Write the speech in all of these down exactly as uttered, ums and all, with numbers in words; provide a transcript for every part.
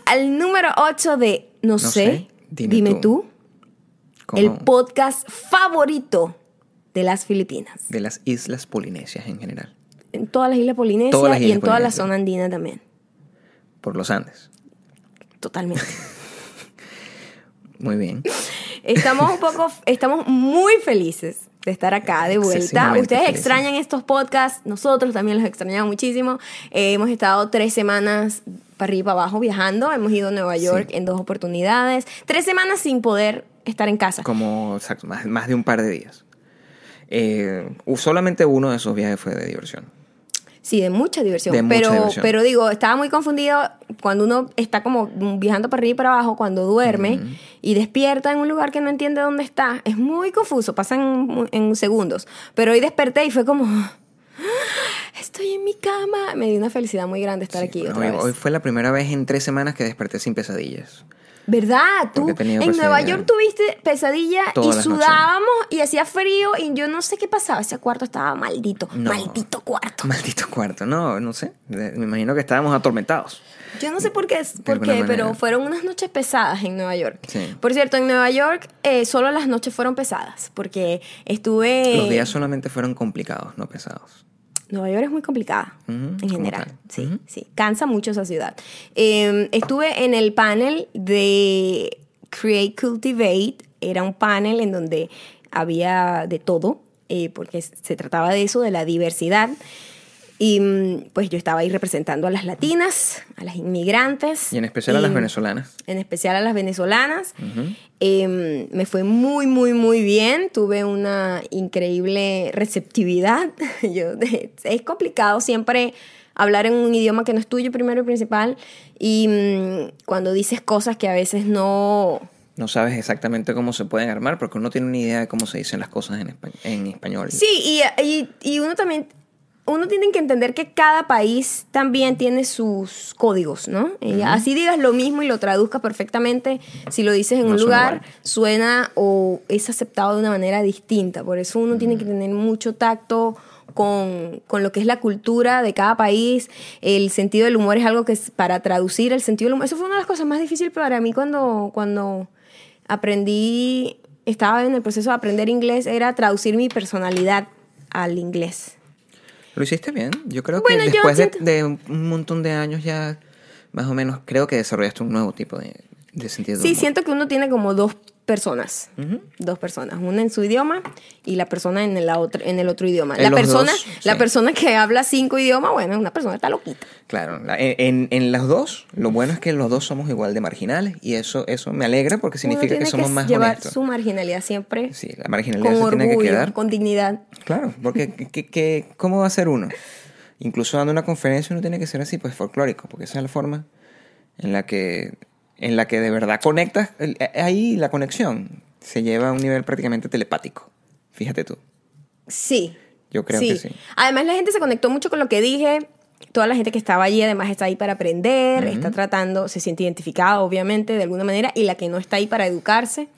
al número ocho de No, No sé, sé, dime dime, tú. tú, el podcast favorito de las Filipinas. De las islas polinesias en general. En todas las islas polinesias Todas las y islas en toda la polinesias. zona andina también. Por los Andes. Totalmente. Muy bien. Estamos un poco, estamos muy felices de estar acá de vuelta. Excesivamente Ustedes felices. extrañan estos podcasts, nosotros también los extrañamos muchísimo. Eh, hemos estado tres semanas para arriba y para abajo viajando. Hemos ido a Nueva York Sí. en dos oportunidades. Tres semanas sin poder estar en casa. Como exacto, más, más de un par de días. Eh, solamente uno de esos viajes fue de diversión. Sí, de mucha diversión. De mucha pero, diversión. pero digo, estaba muy confundido cuando uno está como viajando para arriba y para abajo, cuando duerme Mm. y despierta en un lugar que no entiende dónde está. Es muy confuso, pasan en, en segundos. Pero hoy desperté y fue como, "Ah, estoy en mi cama". Me dio una felicidad muy grande estar Sí, aquí bueno, otra hoy, vez. hoy fue la primera vez en tres semanas que desperté sin pesadillas. ¿Verdad? Tú Porque he en tenido Nueva pesadilla York tuviste pesadilla todas y las noches. sudábamos y hacía frío y yo no sé qué pasaba. Ese cuarto estaba maldito. No. Maldito cuarto. Maldito cuarto, no, no sé. Me imagino que estábamos atormentados. Yo no sé por qué, por alguna qué manera. pero fueron unas noches pesadas en Nueva York. Sí. Por cierto, en Nueva York eh, solo las noches fueron pesadas, porque estuve... Los días solamente fueron complicados, no pesados. Nueva York es muy complicada, Ujú, en como general. tal. Sí, Ujú. sí. Cansa mucho esa ciudad. Eh, estuve en el panel de Create Cultivate. Era un panel en donde había de todo, eh, porque se trataba de eso, de la diversidad. Y mm, pues yo estaba ahí representando a las latinas, a las inmigrantes. Y en especial a las y- venezolanas. En especial a las venezolanas. Ujú. Eh, me fue muy, muy, muy bien. Tuve una increíble receptividad. Yo, de- es complicado siempre hablar en un idioma que no es tuyo primero y principal. Y mm, cuando dices cosas que a veces no... No sabes exactamente cómo se pueden armar porque uno tiene una idea de cómo se dicen las cosas en, espa- en español. Sí, y, y, y uno también... Uno tiene que entender que cada país también tiene sus códigos, ¿no? Y así digas lo mismo y lo traduzcas perfectamente, si lo dices en No un suena lugar, igual. suena o es aceptado de una manera distinta. Por eso uno tiene que tener mucho tacto con, con lo que es la cultura de cada país. El sentido del humor es algo que es para traducir el sentido del humor. Eso fue una de las cosas más difíciles para mí cuando, cuando aprendí, estaba en el proceso de aprender inglés, era traducir mi personalidad al inglés. Lo hiciste bien. Yo creo Bueno, que yo después de, siento- de un montón de años ya, más o menos, creo que desarrollaste un nuevo tipo de, de sentido de Sí, humor. siento que uno tiene como dos personas. Ujú. Dos personas. Una en su idioma y la persona en el, otro, en el otro idioma. En La los persona, dos, la sí. persona que habla cinco idiomas, bueno, es una persona que está loquita. Claro, la- en, en, en las dos, lo bueno es que los dos somos igual de marginales y eso, eso me alegra porque Uno significa tiene que somos más llevar honestos. su marginalidad siempre Sí, la marginalidad con se tiene que orgullo, quedar. con dignidad. Claro, porque ¿qué, qué- qué- ¿cómo va a ser uno? Incluso dando una conferencia uno tiene que ser así, pues folclórico, porque esa es la forma en la que, en la que de verdad conectas. El- Ahí la conexión se lleva a un nivel prácticamente telepático. Fíjate tú. Sí. Yo creo que sí. Además, la gente se conectó mucho con lo que dije. Toda la gente que estaba allí, además, está ahí para aprender, Ujú. está tratando, se siente identificada, obviamente, de alguna manera, y la que no está ahí para educarse.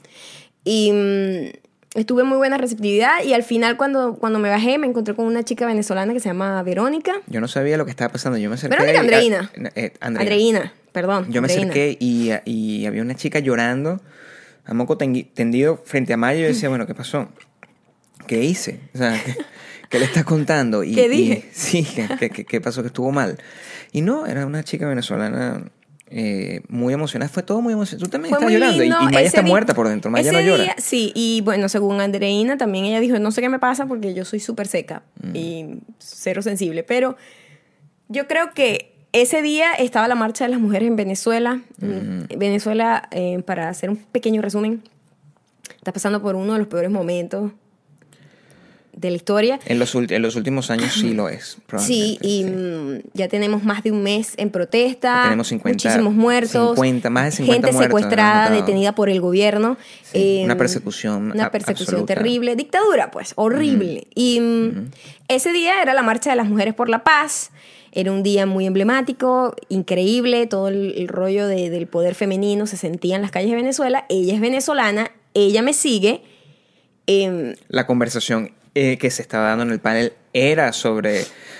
Y mm, estuve muy buena receptividad. Y al final, cuando, cuando me bajé, me encontré con una chica venezolana que se llama Verónica. Yo no sabía lo que estaba pasando. Yo me acerqué. Verónica y- Andreina. a- eh, Andreina. Andreina, perdón. Yo me Andreina. acerqué y, y había una chica llorando a moco tengui- tendido frente a Mayo y yo decía, bueno, ¿qué pasó? ¿Qué hice? O sea, ¿qué, qué le estás contando? Y, ¿Qué y- dije? sí, ¿qué, qué- qué- qué pasó? Que estuvo mal. Y no, era una chica venezolana eh, muy emocionada. Fue todo muy emocionante. Tú también Fue estás muy llorando. Y- lindo. Y, Maya Ese está di- muerta por dentro. Maya ese no llora. día, sí, y bueno, según Andreina también ella dijo, no sé qué me pasa porque yo soy súper seca y cero sensible, pero yo creo que ese día estaba la marcha de las mujeres en Venezuela. Venezuela, eh, para hacer un pequeño resumen, está pasando por uno de los peores momentos de la historia. En los, ulti- en los últimos años sí lo es. Sí, probablemente, y sí. mm, ya tenemos más de un mes en protesta, Tenemos cincuenta muchísimos muertos, cincuenta, más de cincuenta gente muertos, secuestrada, hemos notado. detenida por el gobierno. Sí, eh, una persecución Una a- persecución absoluta. terrible, dictadura pues, horrible. Y mm, ese día era la Marcha de las Mujeres por la Paz, era un día muy emblemático, increíble, todo el, el rollo de- del poder femenino se sentía en las calles de Venezuela. Ella es venezolana, ella me sigue. eh, La conversación eh, que se estaba dando en el panel era sobre,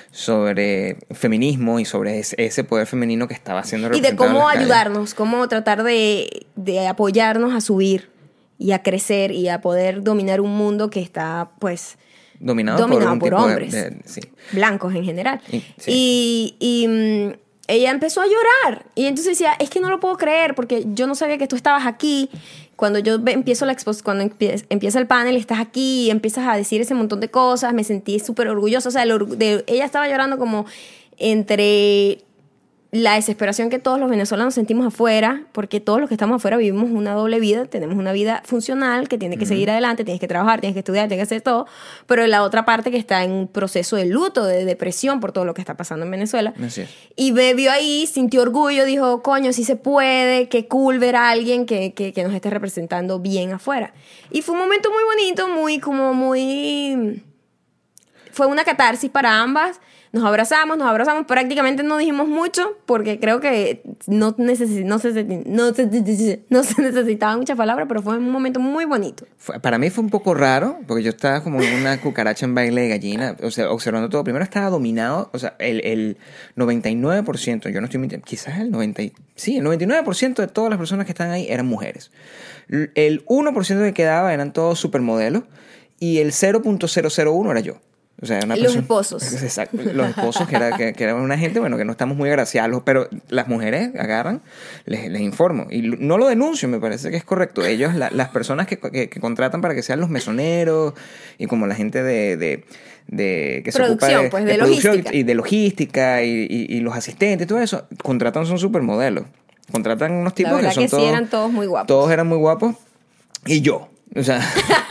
sobre feminismo y sobre ese, ese poder femenino que estaba siendo y de representado en cómo las calles. ayudarnos, cómo tratar de, de apoyarnos a subir y a crecer y a poder dominar un mundo que está, pues, Dominado, dominado por, por, un tipo hombres, de, de- sí. blancos en general. Y- sí. Y, y, mm, ella empezó a llorar. Y entonces decía, es que no lo puedo creer porque yo no sabía que tú estabas aquí. Cuando yo ve- empiezo la expos cuando empie- empieza el panel, estás aquí y empiezas a decir ese montón de cosas. Me sentí súper orgullosa. O sea, el orgu- de- ella estaba llorando como entre la desesperación que todos los venezolanos sentimos afuera, porque todos los que estamos afuera vivimos una doble vida, tenemos una vida funcional que tiene que Ujú. seguir adelante, tienes que trabajar, tienes que estudiar, tienes que hacer todo, pero la otra parte que está en un proceso de luto, de depresión por todo lo que está pasando en Venezuela. Así es. Y me vio ahí, sintió orgullo, dijo, coño, sí se puede, qué cool ver a alguien que, que, que nos esté representando bien afuera. Y fue un momento muy bonito, muy, como muy... Fue una catarsis para ambas. Nos abrazamos, nos abrazamos, prácticamente no dijimos mucho porque creo que no, necesi- no, se, no, se, no se necesitaban muchas palabras, pero fue un momento muy bonito. Fue- para mí fue un poco raro, porque yo estaba como una cucaracha en baile de gallina, o sea, observando todo. Primero estaba dominado, o sea, el, el noventa y nueve por ciento, yo no estoy mintiendo, quizás el noventa por ciento, sí, el noventa y nueve por ciento de todas las personas que están ahí eran mujeres. L- El uno por ciento que quedaba eran todos supermodelos y el cero punto cero cero uno era yo. O sea, una Los persona- esposos. Exacto, los esposos, que era, que, que era una gente, bueno, que no estamos muy agraciados, pero las mujeres agarran, les, les informo. Y lo- no lo denuncio, me parece que es correcto. Ellos, la- las personas que, que, que contratan para que sean los mesoneros y como la gente de... de de que se ocupa Producción, de, pues, de producción logística. y de logística y, y, y los asistentes y todo eso, contratan son supermodelos. Contratan unos tipos La verdad que son que sí todos... eran todos muy guapos. Todos eran muy guapos. Y yo. O sea...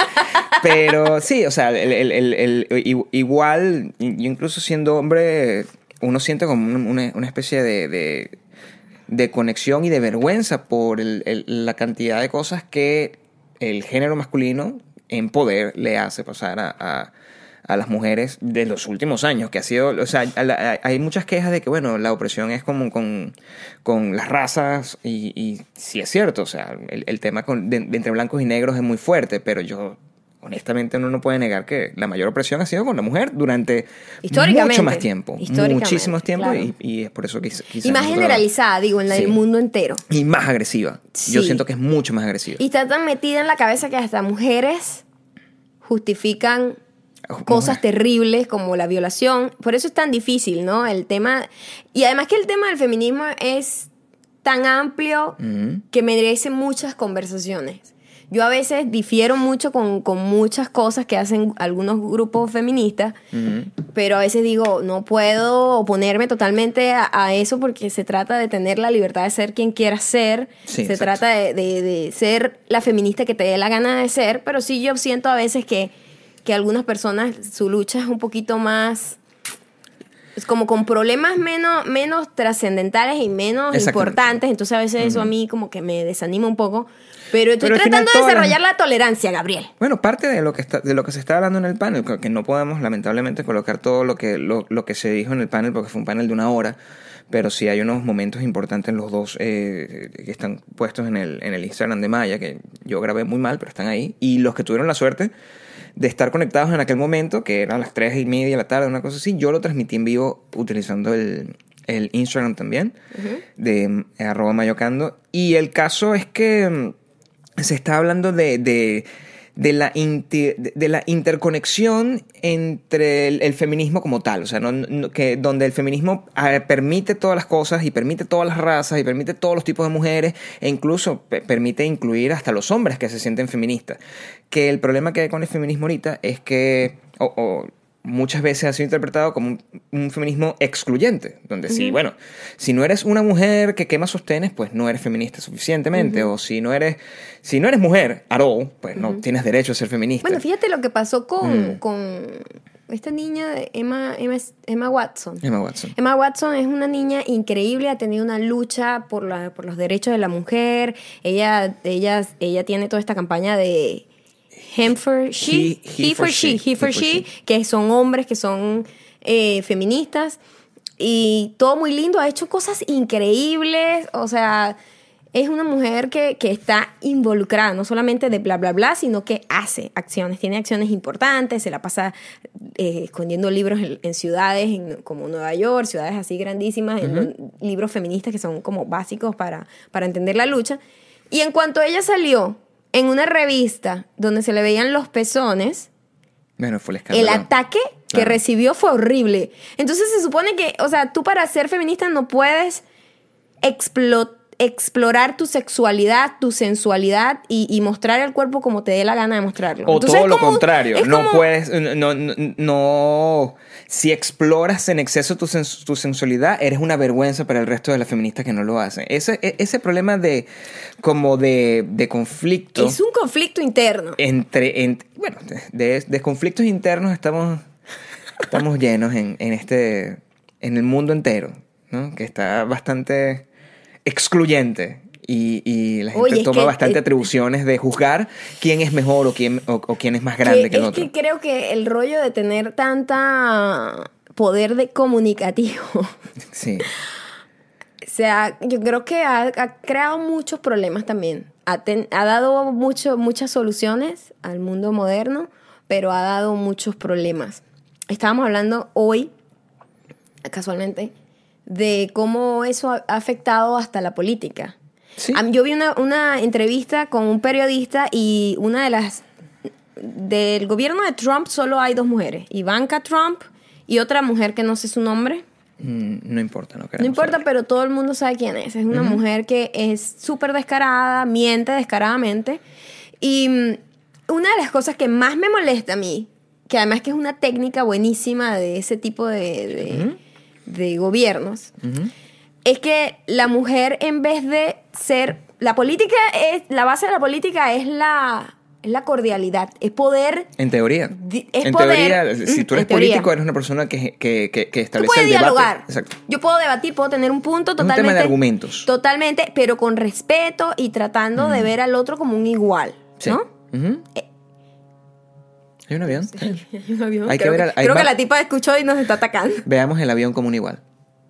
Pero sí, o sea, el, el, el, el- igual, yo incluso siendo hombre, uno siente como una, una especie de, de, de conexión y de vergüenza por el, el- la cantidad de cosas que el género masculino en poder le hace pasar a, a, a las mujeres de los últimos años, que ha sido, o sea, a la- hay muchas quejas de que, bueno, la opresión es como con, con las razas, y, y sí es cierto, o sea, el, el tema con, de, de entre blancos y negros es muy fuerte, pero yo... Honestamente, uno no puede negar que la mayor opresión ha sido con la mujer durante Históricamente. mucho más tiempo. Históricamente, Muchísimos tiempos. claro. Y, y es por eso que quizás Y más nosotros- generalizada, digo, en la Sí. del mundo entero. Y más agresiva. Yo Sí. siento que es mucho más agresiva. Y está tan metida en la cabeza que hasta mujeres justifican Mujer. cosas terribles como la violación. Por eso es tan difícil, ¿no? El tema... Y además que el tema del feminismo es tan amplio Ujú. que merece muchas conversaciones. Yo a veces difiero mucho con, con muchas cosas que hacen algunos grupos feministas, Ujú. pero a veces digo, no puedo oponerme totalmente a, a eso porque se trata de tener la libertad de ser quien quieras ser, Sí, se exacto. trata de, de- de ser la feminista que te dé la gana de ser, pero sí yo siento a veces que, que algunas personas su lucha es un poquito más... Es como con problemas menos, menos trascendentales y menos Exactamente. importantes, entonces a veces eso a mí como que me desanima un poco, pero estoy Pero al final tratando de todas las- desarrollar la tolerancia, Gabriel. Bueno, parte de lo que está, de lo que se está hablando en el panel, que que no podemos lamentablemente colocar todo lo que, lo, lo que se dijo en el panel, porque fue un panel de una hora, pero sí hay unos momentos importantes en los dos eh, que están puestos en el, en el Instagram de Maya, que yo grabé muy mal, pero están ahí. Y los que tuvieron la suerte de estar conectados en aquel momento, que eran las tres y media de la tarde, una cosa así, yo lo transmití en vivo utilizando el, el Instagram también, de eh, arroba mayocando. Y el caso es que mm, se está hablando de, de, de, la, inti- de, de la interconexión entre el, el feminismo como tal, o sea, no, no- que donde el feminismo eh, permite todas las cosas y permite todas las razas y permite todos los tipos de mujeres e incluso pe- permite incluir hasta los hombres que se sienten feministas. Que el problema que hay con el feminismo ahorita es que, o, o muchas veces ha sido interpretado como un, un feminismo excluyente, donde sí, bueno, si no eres una mujer que quema sostenes, pues no eres feminista suficientemente, o si no eres, si no eres mujer at all, pues no tienes derecho a ser feminista. Bueno, fíjate lo que pasó con, Mm. con esta niña de Emma, Emma, Emma Watson. Emma Watson. Emma Watson es una niña increíble, ha tenido una lucha por, la, por los derechos de la mujer. Ella, ella, ella tiene toda esta campaña de Him for She, He- he for she, He for he for She, she. que son hombres que son eh, feministas. Y todo muy lindo, ha hecho cosas increíbles. O sea, es una mujer que, que está involucrada, no solamente de bla, bla, bla, sino que hace acciones, tiene acciones importantes, se la pasa eh, escondiendo libros en, en ciudades en, como Nueva York, ciudades así grandísimas, uh-huh. en, libros feministas que son como básicos para, para entender la lucha. Y en cuanto ella salió en una revista donde se le veían los pezones, bueno, fue el escándalo. El ataque que claro. recibió fue horrible. Entonces se supone que, o sea, tú para ser feminista no puedes explotar explorar tu sexualidad, tu sensualidad y, y mostrar el cuerpo como te dé la gana de mostrarlo. O Entonces, todo lo como, contrario. No como... puedes, no, no, no, si exploras en exceso tu, sens, tu sensualidad, eres una vergüenza para el resto de las feministas que no lo hacen. Ese, ese problema de, como de, de conflicto. Es un conflicto interno. Entre, en, bueno, de, de conflictos internos estamos, estamos llenos en, en este, en el mundo entero, ¿no? Que está bastante excluyente y, y la gente Oye, toma que, bastante eh, atribuciones de juzgar quién es mejor o quién, o, o quién es más grande que, que el es otro. Es que creo que el rollo de tener tanta poder de comunicativo, sí. o sea, yo creo que ha, ha creado muchos problemas también. Ha, ten, ha dado mucho, muchas soluciones al mundo moderno, pero ha dado muchos problemas. Estábamos hablando hoy, casualmente, de cómo eso ha afectado hasta la política. ¿Sí? Yo vi una, una entrevista con un periodista y una de las... Del gobierno de Trump solo hay dos mujeres. Ivanka Trump y otra mujer que no sé su nombre. Mm, no importa, no queremos No importa, saber. pero todo el mundo sabe quién es. Es una uh-huh. mujer que es súper descarada, miente descaradamente. Y una de las cosas que más me molesta a mí, que además que es una técnica buenísima de ese tipo de... de uh-huh. de gobiernos, uh-huh. es que la mujer, en vez de ser... La política es... La base de la política es la... Es la cordialidad. Es poder... En teoría. Di, es en poder, teoría, si tú eres político, eres una persona que, que, que, que establece tú puedes el dialogar. debate. Exacto. Yo puedo debatir, puedo tener un punto totalmente... Un tema de argumentos. Totalmente, pero con respeto y tratando uh-huh. de ver al otro como un igual, sí. ¿no? Uh-huh. Eh, ¿Hay un avión? Sí, hay un avión. Hay creo que ver, que, creo que la tipa escuchó y nos está atacando. Veamos el avión como un igual.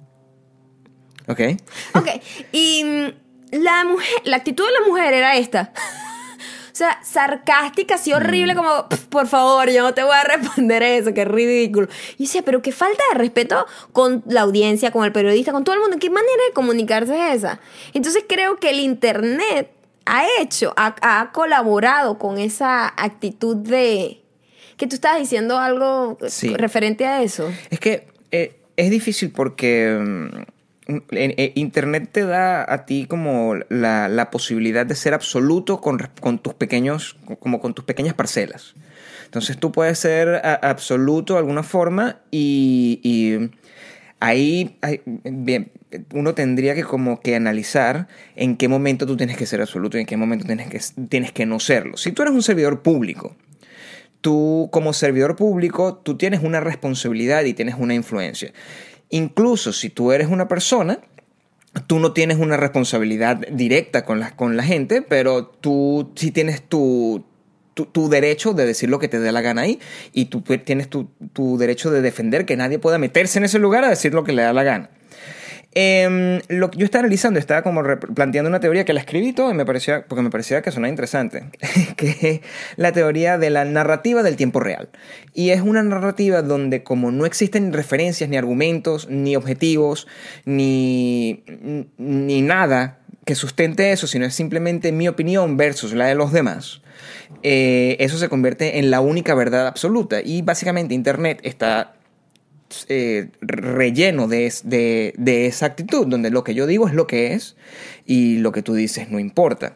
¿Ok? Ok. Y la mujer, la actitud de la mujer era esta. O sea, sarcástica, así horrible, mm. como, por favor, yo no te voy a responder eso, qué ridículo. Y decía, pero qué falta de respeto con la audiencia, con el periodista, con todo el mundo. ¿Qué manera de comunicarse es esa? Entonces creo que el internet ha hecho, ha, ha colaborado con esa actitud de... Que tú estabas diciendo algo sí. referente a eso. Es que eh, es difícil porque um, en, en, Internet te da a ti como la, la posibilidad de ser absoluto con, con tus pequeños, como con tus pequeñas parcelas. Entonces tú puedes ser a, absoluto de alguna forma y, y ahí hay, bien, uno tendría que como que analizar en qué momento tú tienes que ser absoluto y en qué momento tienes que, tienes que no serlo. Si tú eres un servidor público, tú como servidor público, tú tienes una responsabilidad y tienes una influencia. Incluso si tú eres una persona, tú no tienes una responsabilidad directa con la, con la gente, pero tú sí tienes tu, tu, tu derecho de decir lo que te dé la gana ahí y tú tienes tu, tu derecho de defender que nadie pueda meterse en ese lugar a decir lo que le da la gana. Eh, lo que yo estaba analizando, estaba como planteando una teoría que la escribí todo y me parecía, porque me parecía que sonaba interesante, que es la teoría de la narrativa del tiempo real. Y es una narrativa donde como no existen referencias, ni argumentos, ni objetivos, ni, ni nada que sustente eso, sino es simplemente mi opinión versus la de los demás, eh, eso se convierte en la única verdad absoluta. Y básicamente Internet está... Eh, relleno de, de, de esa actitud donde lo que yo digo es lo que es y lo que tú dices no importa.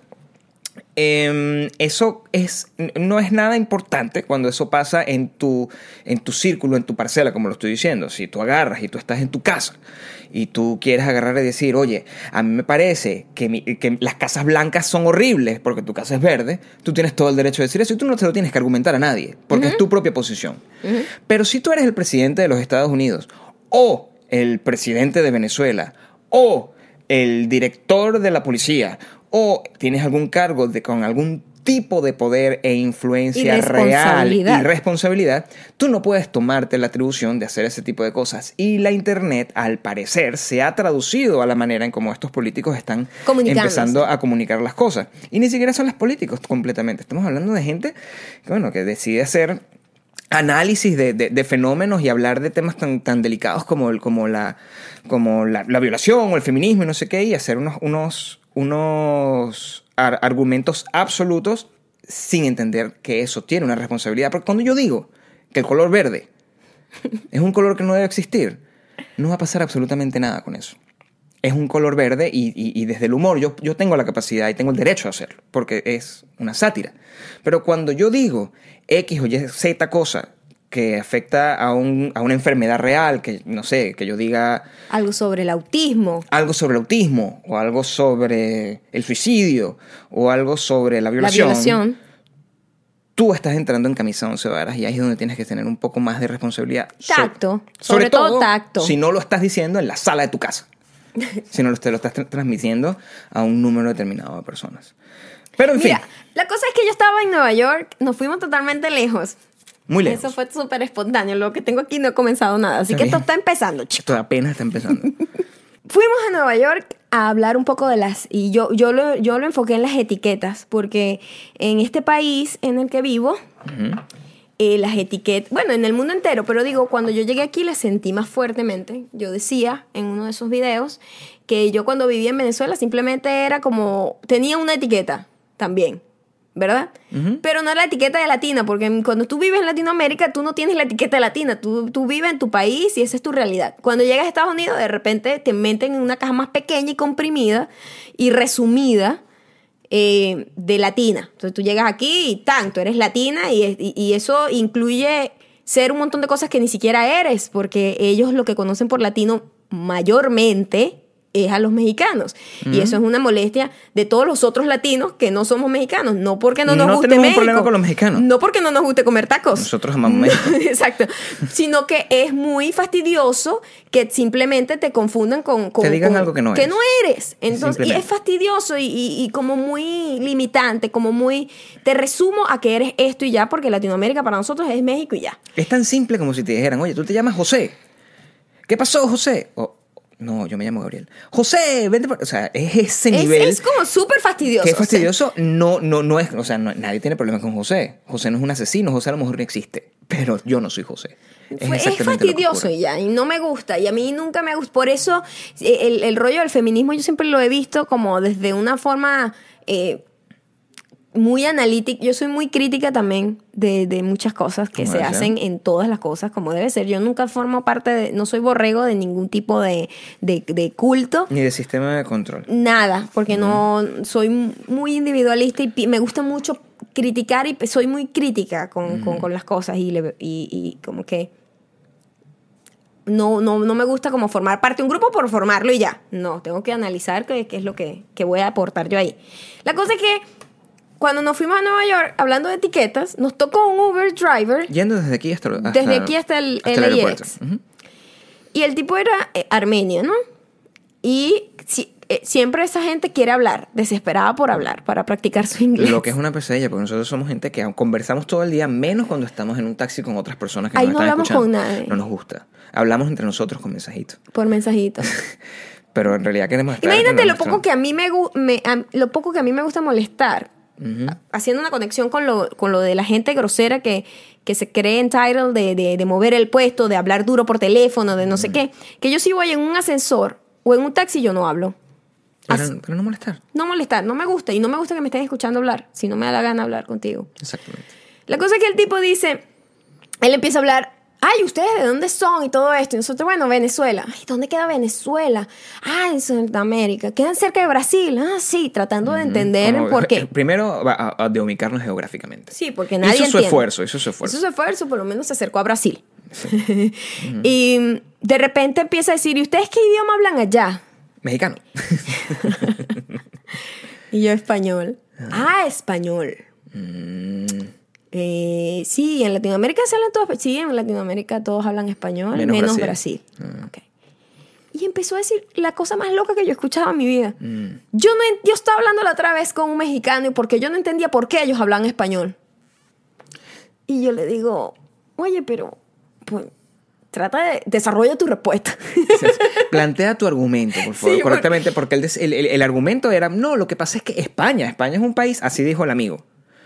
Eh, eso es, no es nada importante cuando eso pasa en tu, en tu círculo, en tu parcela, como lo estoy diciendo. Si tú agarras y tú estás en tu casa y tú quieres agarrar y decir, oye, a mí me parece que, mi, que las casas blancas son horribles porque tu casa es verde, tú tienes todo el derecho de decir eso y tú no te lo tienes que argumentar a nadie porque uh-huh. es tu propia posición. Uh-huh. Pero si tú eres el presidente de los Estados Unidos o el presidente de Venezuela o el director de la policía o tienes algún cargo de, con algún tipo de poder e influencia Y real responsabilidad. y responsabilidad, tú no puedes tomarte la atribución de hacer ese tipo de cosas. Y la Internet, al parecer, se ha traducido a la manera en cómo estos políticos están Comunicándose. empezando a comunicar las cosas. Y ni siquiera son los políticos completamente. Estamos hablando de gente que, bueno, que decide hacer análisis de, de, de fenómenos y hablar de temas tan, tan delicados como, el, como, la, como la, la violación o el feminismo y no sé qué, y hacer unos, unos, unos ar- argumentos absolutos sin entender que eso tiene una responsabilidad. Porque cuando yo digo que el color verde es un color que no debe existir, no va a pasar absolutamente nada con eso. Es un color verde y, y, y desde el humor yo, yo tengo la capacidad y tengo el derecho a hacerlo, porque es una sátira. Pero cuando yo digo X o Y, Z cosa que afecta a, un, a una enfermedad real, que no sé, que yo diga Algo sobre el autismo. algo sobre el autismo, o algo sobre el suicidio, o algo sobre la violación, La violación. tú estás entrando en camisa de once varas y ahí es donde tienes que tener un poco más de responsabilidad. Tacto. So- Sobre todo tacto. Si no lo estás diciendo en la sala de tu casa. Si no lo, te lo estás tra- transmitiendo a un número determinado de personas. Pero en Mira, fin, la cosa es que yo estaba en Nueva York, nos fuimos totalmente lejos. muy lejos. Eso fue súper espontáneo. Lo que tengo aquí no he comenzado nada. Así Está que esto bien. está empezando, chicos. Esto apenas está empezando. Fuimos a Nueva York a hablar un poco de las... Y yo, yo, lo, yo lo enfoqué en las etiquetas, porque en este país en el que vivo, Ujú. eh, las etiquetas... Bueno, en el mundo entero, pero digo, cuando yo llegué aquí las sentí más fuertemente. Yo decía en uno de esos videos que yo cuando vivía en Venezuela simplemente era como... Tenía una etiqueta también, ¿verdad? Ujú. Pero no la etiqueta de latina, porque cuando tú vives en Latinoamérica, tú no tienes la etiqueta de latina, tú, tú vives en tu país y esa es tu realidad. Cuando llegas a Estados Unidos, de repente te meten en una caja más pequeña y comprimida y resumida eh, de latina. Entonces tú llegas aquí y tan, tú eres latina y, y, y eso incluye ser un montón de cosas que ni siquiera eres, porque ellos lo que conocen por latino mayormente es a los mexicanos. Mm. Y eso es una molestia de todos los otros latinos que no somos mexicanos. No porque no nos No guste tenemos un México. problema con los mexicanos. No porque no nos guste comer tacos. Nosotros amamos No, México. exacto. Sino que es muy fastidioso que simplemente te confundan con... con Te digan con- algo que no Que eres. no eres. Entonces, y Simplemente. es fastidioso y, y- y como muy limitante, como muy... Te resumo a que eres esto y ya, porque Latinoamérica para nosotros es México y ya. Es tan simple como si te dijeran, oye, tú te llamas José. ¿Qué pasó, José? O, no, yo me llamo Gabriel. José, vente por... O sea, es ese Es, nivel... es como súper fastidioso. que es o sea, fastidioso, no, no, no es, o sea, no- nadie tiene problemas con José. José no es un asesino, José a lo mejor no existe, pero yo no soy José. Es, Fue- es exactamente lo que fastidioso ocurre. y ya, y no me gusta, y a mí nunca me gusta. Por eso eh, el, el rollo del feminismo yo siempre lo he visto como desde una forma eh, muy analítica. Yo soy muy crítica también de, de muchas cosas que Como se debe ser. hacen en todas las cosas, como debe ser. Yo nunca formo parte de, no soy borrego de ningún tipo de, de, de culto. Ni de sistema de control. Nada, porque no soy muy individualista y pi- me gusta mucho criticar y soy muy crítica con, con, con las cosas y, le- y, y como que no, no, no me gusta como formar parte de un grupo por formarlo y ya. No, tengo que analizar qué, qué es lo que, que voy a aportar yo ahí. La cosa es que cuando nos fuimos a Nueva York, hablando de etiquetas, nos tocó un Uber driver Yendo desde aquí hasta, hasta desde aquí hasta el hasta el L A aeropuerto. X. Ujú. Y el tipo era eh, armenio, ¿no? Y si- eh, siempre esa gente quiere hablar, desesperada por hablar, para practicar su inglés. Lo que es una pesadilla, porque nosotros somos gente que conversamos todo el día, menos cuando estamos en un taxi con otras personas que Ahí nos no están hablamos escuchando. con nadie. No nos gusta. Hablamos entre nosotros con mensajitos. Por mensajitos. Pero en realidad queremos estar Imagínate en lo nuestro- poco que a mí me, gu- me- a- lo poco que a mí me gusta molestar. Ujú. Haciendo una conexión con lo, con lo de la gente grosera que, que se cree entitled de, de, de mover el puesto, de hablar duro por teléfono, de no sé qué. Que yo si voy en un ascensor o en un taxi, yo no hablo. Pero, Así- pero no molestar. no molestar, no me gusta. Y no me gusta que me estén escuchando hablar, si no me da la gana hablar contigo. Exactamente. La cosa es que el tipo dice, él empieza a hablar, ay, ¿ustedes de dónde son? Y todo esto. Y nosotros, bueno, Venezuela. Ay, ¿dónde queda Venezuela? Ah, en Sudamérica. ¿Quedan cerca de Brasil? Ah, sí, tratando de entender Como- por qué. Primero, va a, a de ubicarnos geográficamente. Sí, porque nadie Hizo su entiende. esfuerzo, hizo su esfuerzo. Hizo su esfuerzo, por lo menos se acercó a Brasil. Y mm, de repente empieza a decir, ¿y ustedes qué idioma hablan allá? Mexicano. Y yo español. Ah, español. Mm, Eh, sí, en Latinoamérica se hablan todos, sí, en Latinoamérica todos hablan español, Menos menos, Brasil. Brasil. Mm. Ok. Y empezó a decir la cosa más loca que yo escuchaba en mi vida. Mm. Yo, no, yo estaba hablando la otra vez con un mexicano y porque yo no entendía por qué ellos hablaban español. Y yo le digo, oye, pero pues, trata de desarrolla tu respuesta. Plantea tu argumento, por favor, Sí, correctamente, porque el, el, el, el argumento era, no, lo que pasa es que España, España es un país, así dijo el amigo,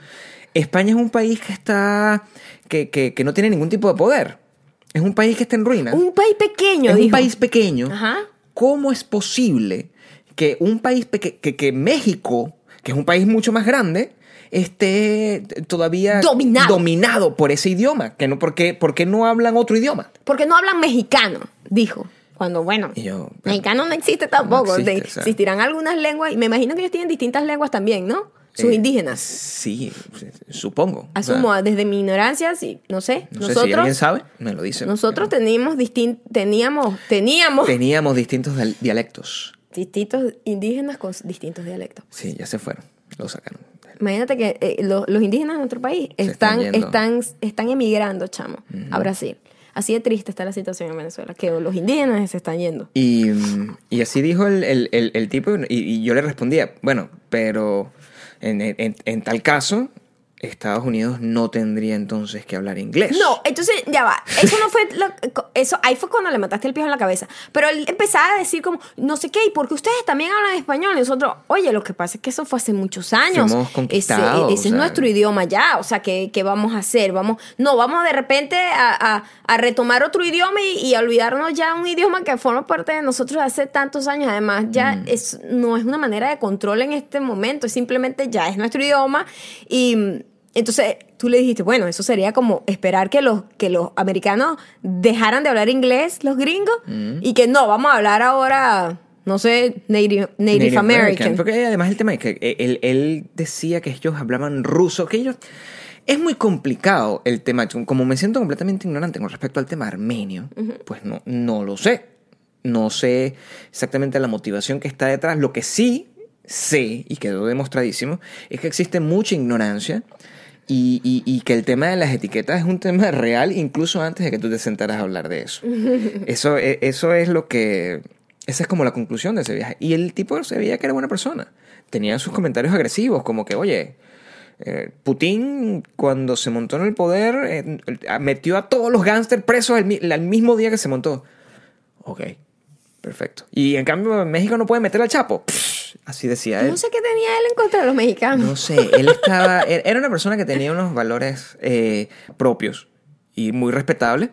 España es un país que está, que, que, que no tiene ningún tipo de poder. Es un país que está en ruina. Un país pequeño, Es dijo. un país pequeño. Ajá. ¿Cómo es posible que un país pequeño, que, que México, que es un país mucho más grande, esté todavía Dominado. dominado por ese idioma? Que no, ¿por qué, por qué no hablan otro idioma? Porque no hablan mexicano, dijo. Cuando, bueno, Y yo, pero- mexicano no existe tampoco. No existe, De- o sea. Existirán algunas lenguas, y me imagino que ellos tienen distintas lenguas también, ¿no? Sus Eh, indígenas. Sí, supongo. Asumo, O sea, desde mi ignorancia, sí, no sé. no sé nosotros si alguien sabe, me lo dice. nosotros teníamos distin- teníamos, teníamos Teníamos distintos dial- dialectos. distintos indígenas con distintos dialectos. Sí, ya se fueron. Lo sacaron. Imagínate que eh, lo- los indígenas de nuestro país Se están están, yendo. están, están emigrando, chamo, a Brasil. Así de triste está la situación en Venezuela, que los indígenas se están yendo. Y, y así dijo el, el, el, el tipo, y, y yo le respondía, bueno, pero en, en, en tal caso, Estados Unidos no tendría entonces que hablar inglés. No, entonces ya va. Eso no fue lo- eso, ahí fue cuando le mataste el pie en la cabeza. Pero él empezaba a decir como, no sé qué, y porque ustedes también hablan español. Y nosotros, oye, lo que pasa es que eso fue hace muchos años. Fuimos conquistados, Ese, ese o es sea. nuestro idioma ya. O sea, ¿qué, qué vamos a hacer? Vamos, no, vamos de repente a, a, a retomar otro idioma y, y a olvidarnos ya un idioma que forma parte de nosotros hace tantos años. Además, ya Mm. es, no es una manera de control en este momento. Es simplemente ya es nuestro idioma. Y entonces tú le dijiste, bueno, eso sería como esperar que los, que los americanos dejaran de hablar inglés, los gringos, Mm. y que no, vamos a hablar ahora, no sé, Native, Native, American. Porque además el tema es que él, él decía que ellos hablaban ruso, que ellos... Es muy complicado el tema. Como me siento completamente ignorante con respecto al tema armenio, pues no, no lo sé. No sé exactamente la motivación que está detrás. Lo que sí sé, y quedó demostradísimo, es que existe mucha ignorancia y, y, y que el tema de las etiquetas es un tema real incluso antes de que tú te sentaras a hablar de eso. Eso, e- eso es lo que... Esa es como la conclusión de ese viaje. Y el tipo se veía que era buena persona. Tenía sus comentarios agresivos, como que, oye, eh, Putin cuando se montó en el poder eh, metió a todos los gángsters presos al, mi- al mismo día que se montó. Ok, perfecto. Y en cambio México no puede meter al Chapo. Pff, así decía él. No sé qué tenía él en contra de los mexicanos. No sé, él estaba... Era una persona que tenía unos valores eh, propios y muy respetables,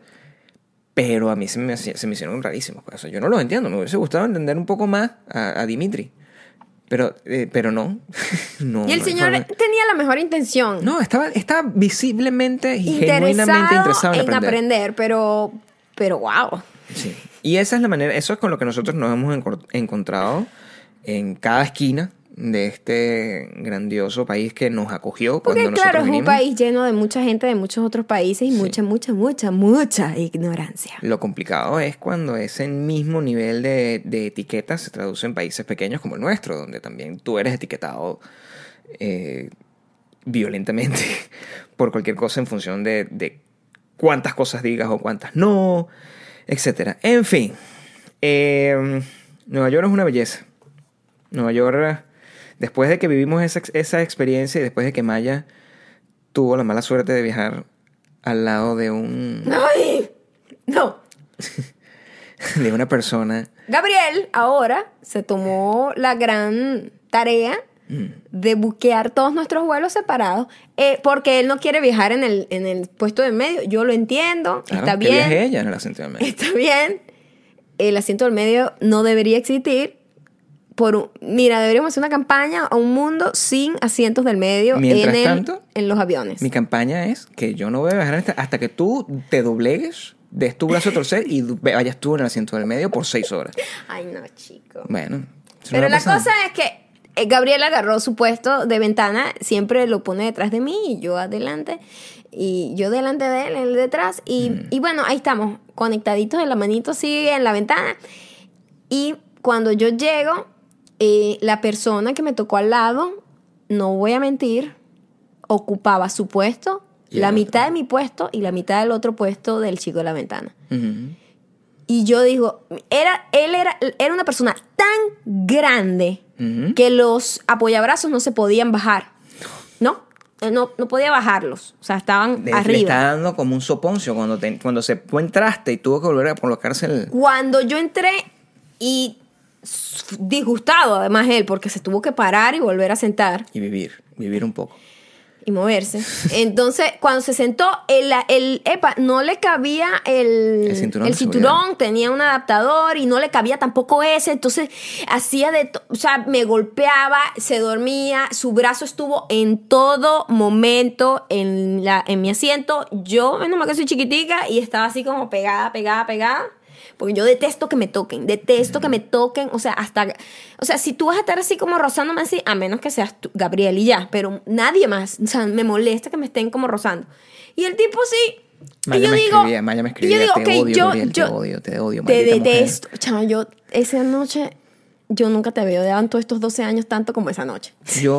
pero a mí se me, hacía- se me hicieron rarísimos. Pues. O sea, yo no los entiendo. Me hubiese gustado entender un poco más a, a Dimitri. Pero, eh, pero no. no. Y el no, señor fue- tenía la mejor intención. No, estaba, estaba visiblemente y genuinamente interesado interesado en en aprender. aprender, pero, pero wow. Sí. Y esa es la manera, eso es con lo que nosotros nos hemos encor- encontrado en cada esquina de este grandioso país que nos acogió Porque cuando claro, nosotros es un vinimos. país lleno de mucha gente de muchos otros países y Sí. mucha, mucha, mucha, mucha ignorancia. Lo complicado es cuando ese mismo nivel de, de etiquetas se traduce en países pequeños como el nuestro, donde también tú eres etiquetado eh, violentamente por cualquier cosa en función de, de cuántas cosas digas o cuántas no, etcétera. En fin, eh, Nueva York es una belleza. Nueva York, después de que vivimos esa, esa experiencia y después de que Maya tuvo la mala suerte de viajar al lado de un ¡Ay! No. de una persona Gabriel ahora se tomó la gran tarea de buquear todos nuestros vuelos separados eh, porque él no quiere viajar en el, en el puesto de medio. Yo lo entiendo, Claro, está que bien. viaje ella en el asiento del medio. Está bien. El asiento del medio no debería existir. Por un- mira, deberíamos hacer una campaña a un mundo sin asientos del medio Mientras en, el- tanto, en los aviones. Mi campaña es que yo no voy a viajar hasta, hasta que tú te doblegues, des tu brazo a torcer y du- vayas tú en el asiento del medio por seis horas. Ay, no, chico. Bueno. eso Pero no la pasa cosa nada. es que eh, Gabriel agarró su puesto de ventana, siempre lo pone detrás de mí y yo adelante. Y yo delante de él, él detrás. Y, Mm. y bueno, ahí estamos, conectaditos de la manito así en la ventana. Y cuando yo llego, eh, la persona que me tocó al lado, no voy a mentir, ocupaba su puesto, Y la el mitad otro. de mi puesto y la mitad del otro puesto del chico de la ventana. Ujú. Y yo digo, era, él era, era una persona tan grande Ujú. que los apoyabrazos no se podían bajar. ¿No? Él No, no podía bajarlos. O sea, estaban Le, le arriba. está dando como un soponcio cuando, te- cuando se, tú entraste y tuvo que volver a colocarse el... Cuando yo entré y s- disgustado además él, porque se tuvo que parar y volver a sentar Y vivir, vivir un poco. y moverse. Entonces, cuando se sentó, el, el epa, no le cabía el, El cinturón el de cinturón, seguridad. tenía un adaptador y no le cabía tampoco ese. Entonces, hacía de to- o sea, me golpeaba, se dormía, su brazo estuvo en todo momento en, la, en mi asiento. Yo, menos mal que soy chiquitica, y estaba así como pegada, pegada, pegada. Porque yo detesto que me toquen, detesto que me toquen, o sea, hasta, o sea, si tú vas a estar así como rozándome así, a menos que seas tú, Gabriel y ya, pero nadie más, o sea, me molesta que me estén como rozando. Y el tipo sí, Maya y yo me digo, escribía, Maya me y yo escribía, digo, te ok, odio, yo, Gabriel, yo te odio, te odio, te maldita mujer. detesto, chama, yo, esa noche, yo nunca te había odiado en todos estos doce años tanto como esa noche.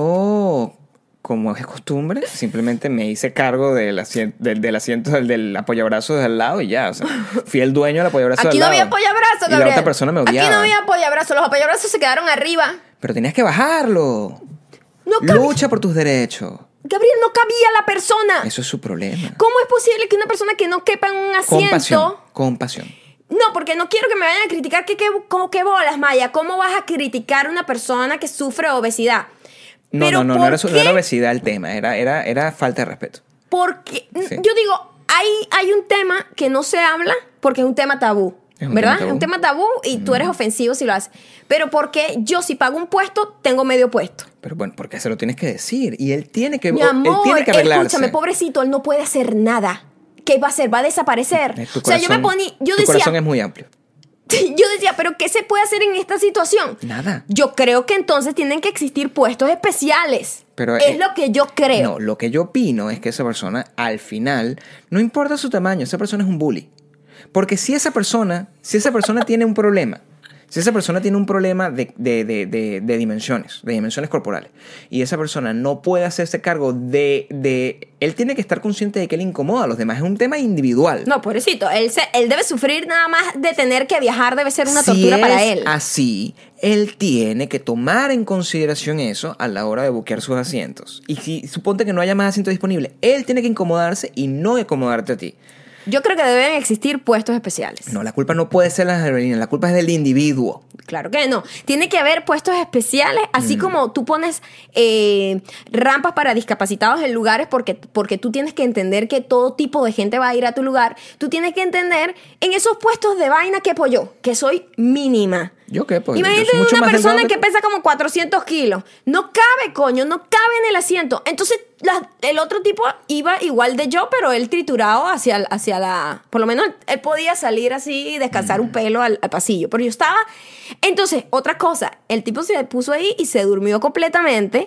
Yo, como es costumbre, simplemente me hice cargo del asiento del, del, asiento del, del apoyabrazos de al lado y ya. O sea, fui el dueño del apoyabrazos Aquí del no lado. había apoyabrazo, Y Gabriel. la otra persona me odiaba. Aquí no había apoyabrazo, los apoyabrazos se quedaron arriba. Pero tenías que bajarlo. No cabía, Lucha por tus derechos. Gabriel, no cabía la persona. Eso es su problema. ¿Cómo es posible que una persona que no quepa en un asiento... Compasión. Compasión. No, porque no quiero que me vayan a criticar que, que, como que bolas, Maya. ¿Cómo vas a criticar a una persona que sufre obesidad? No, Pero no, no, no ¿por era, su- no qué? era obesidad el tema, era, era, era falta de respeto. Porque Sí. yo digo, hay, hay un tema que no se habla porque es un tema tabú. Es un ¿Verdad? tema tabú. Es un tema tabú y tú eres ofensivo si lo haces. Pero porque yo si pago un puesto, tengo medio puesto. Pero bueno, porque se lo tienes que decir. Y él tiene que, Mi él amor, tiene que arreglarse. escúchame, pobrecito, él no puede hacer nada. ¿Qué va a hacer? Va a desaparecer. Eh, tu O sea, yo me corazón- poní, yo tu decía, corazón es muy amplio. yo decía, pero ¿qué se puede hacer en esta situación? Nada. Yo creo que entonces tienen que existir puestos especiales. Pero, es eh, lo que yo creo. No, lo que yo opino es que esa persona, al final, no importa su tamaño, esa persona es un bully. Porque si esa persona, si esa persona tiene un problema, si esa persona tiene un problema de, de, de, de, de dimensiones, de dimensiones corporales, y esa persona no puede hacerse cargo de, de... Él tiene que estar consciente de que él incomoda a los demás. Es un tema individual. No, pobrecito, él, se, él debe sufrir nada más de tener que viajar, debe ser una Si tortura para es él. así, él tiene que tomar en consideración eso a la hora de buquear sus asientos. Y si suponte que no haya más asientos disponibles, él tiene que incomodarse y no incomodarte a ti. Yo creo que deben existir puestos especiales. No, la culpa no puede ser de las aerolíneas, la culpa es del individuo. Claro que no. Tiene que haber puestos especiales, así como tú pones eh, rampas para discapacitados en lugares porque, porque tú tienes que entender que todo tipo de gente va a ir a tu lugar. Tú tienes que entender en esos puestos de vaina que pollo, que soy mínima. ¿Yo qué? Pues, Imagínate yo soy mucho una más persona delgado que tú. pesa como cuatrocientos kilos. No cabe, coño, no cabe en el asiento. Entonces, la- el otro tipo iba igual de yo, pero él triturado hacia, hacia la... Por lo menos él podía salir así y descansar un pelo al, al pasillo. Pero yo estaba... Entonces, otra cosa. El tipo se puso ahí y se durmió completamente.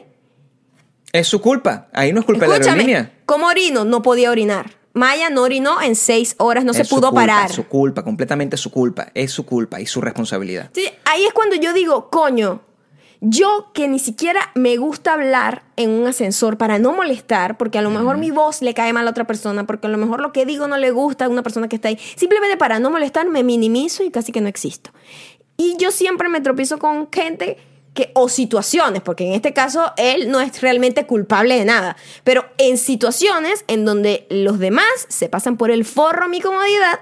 Es su culpa. Ahí no es culpa de la Escúchame, aerolínea. ¿cómo orino? No podía orinar. Maya no orinó en seis horas, no se Es su pudo culpa, parar. Es su culpa, completamente su culpa. Es su culpa y su responsabilidad. Sí, ahí es cuando yo digo, coño, yo que ni siquiera me gusta hablar en un ascensor para no molestar, porque a lo mejor mi voz le cae mal a otra persona, porque a lo mejor lo que digo no le gusta a una persona que está ahí. Simplemente para no molestar me minimizo y casi que no existo. Y yo siempre me tropiezo con gente que, o situaciones, porque en este caso él no es realmente culpable de nada, pero en situaciones en donde los demás se pasan por el forro mi comodidad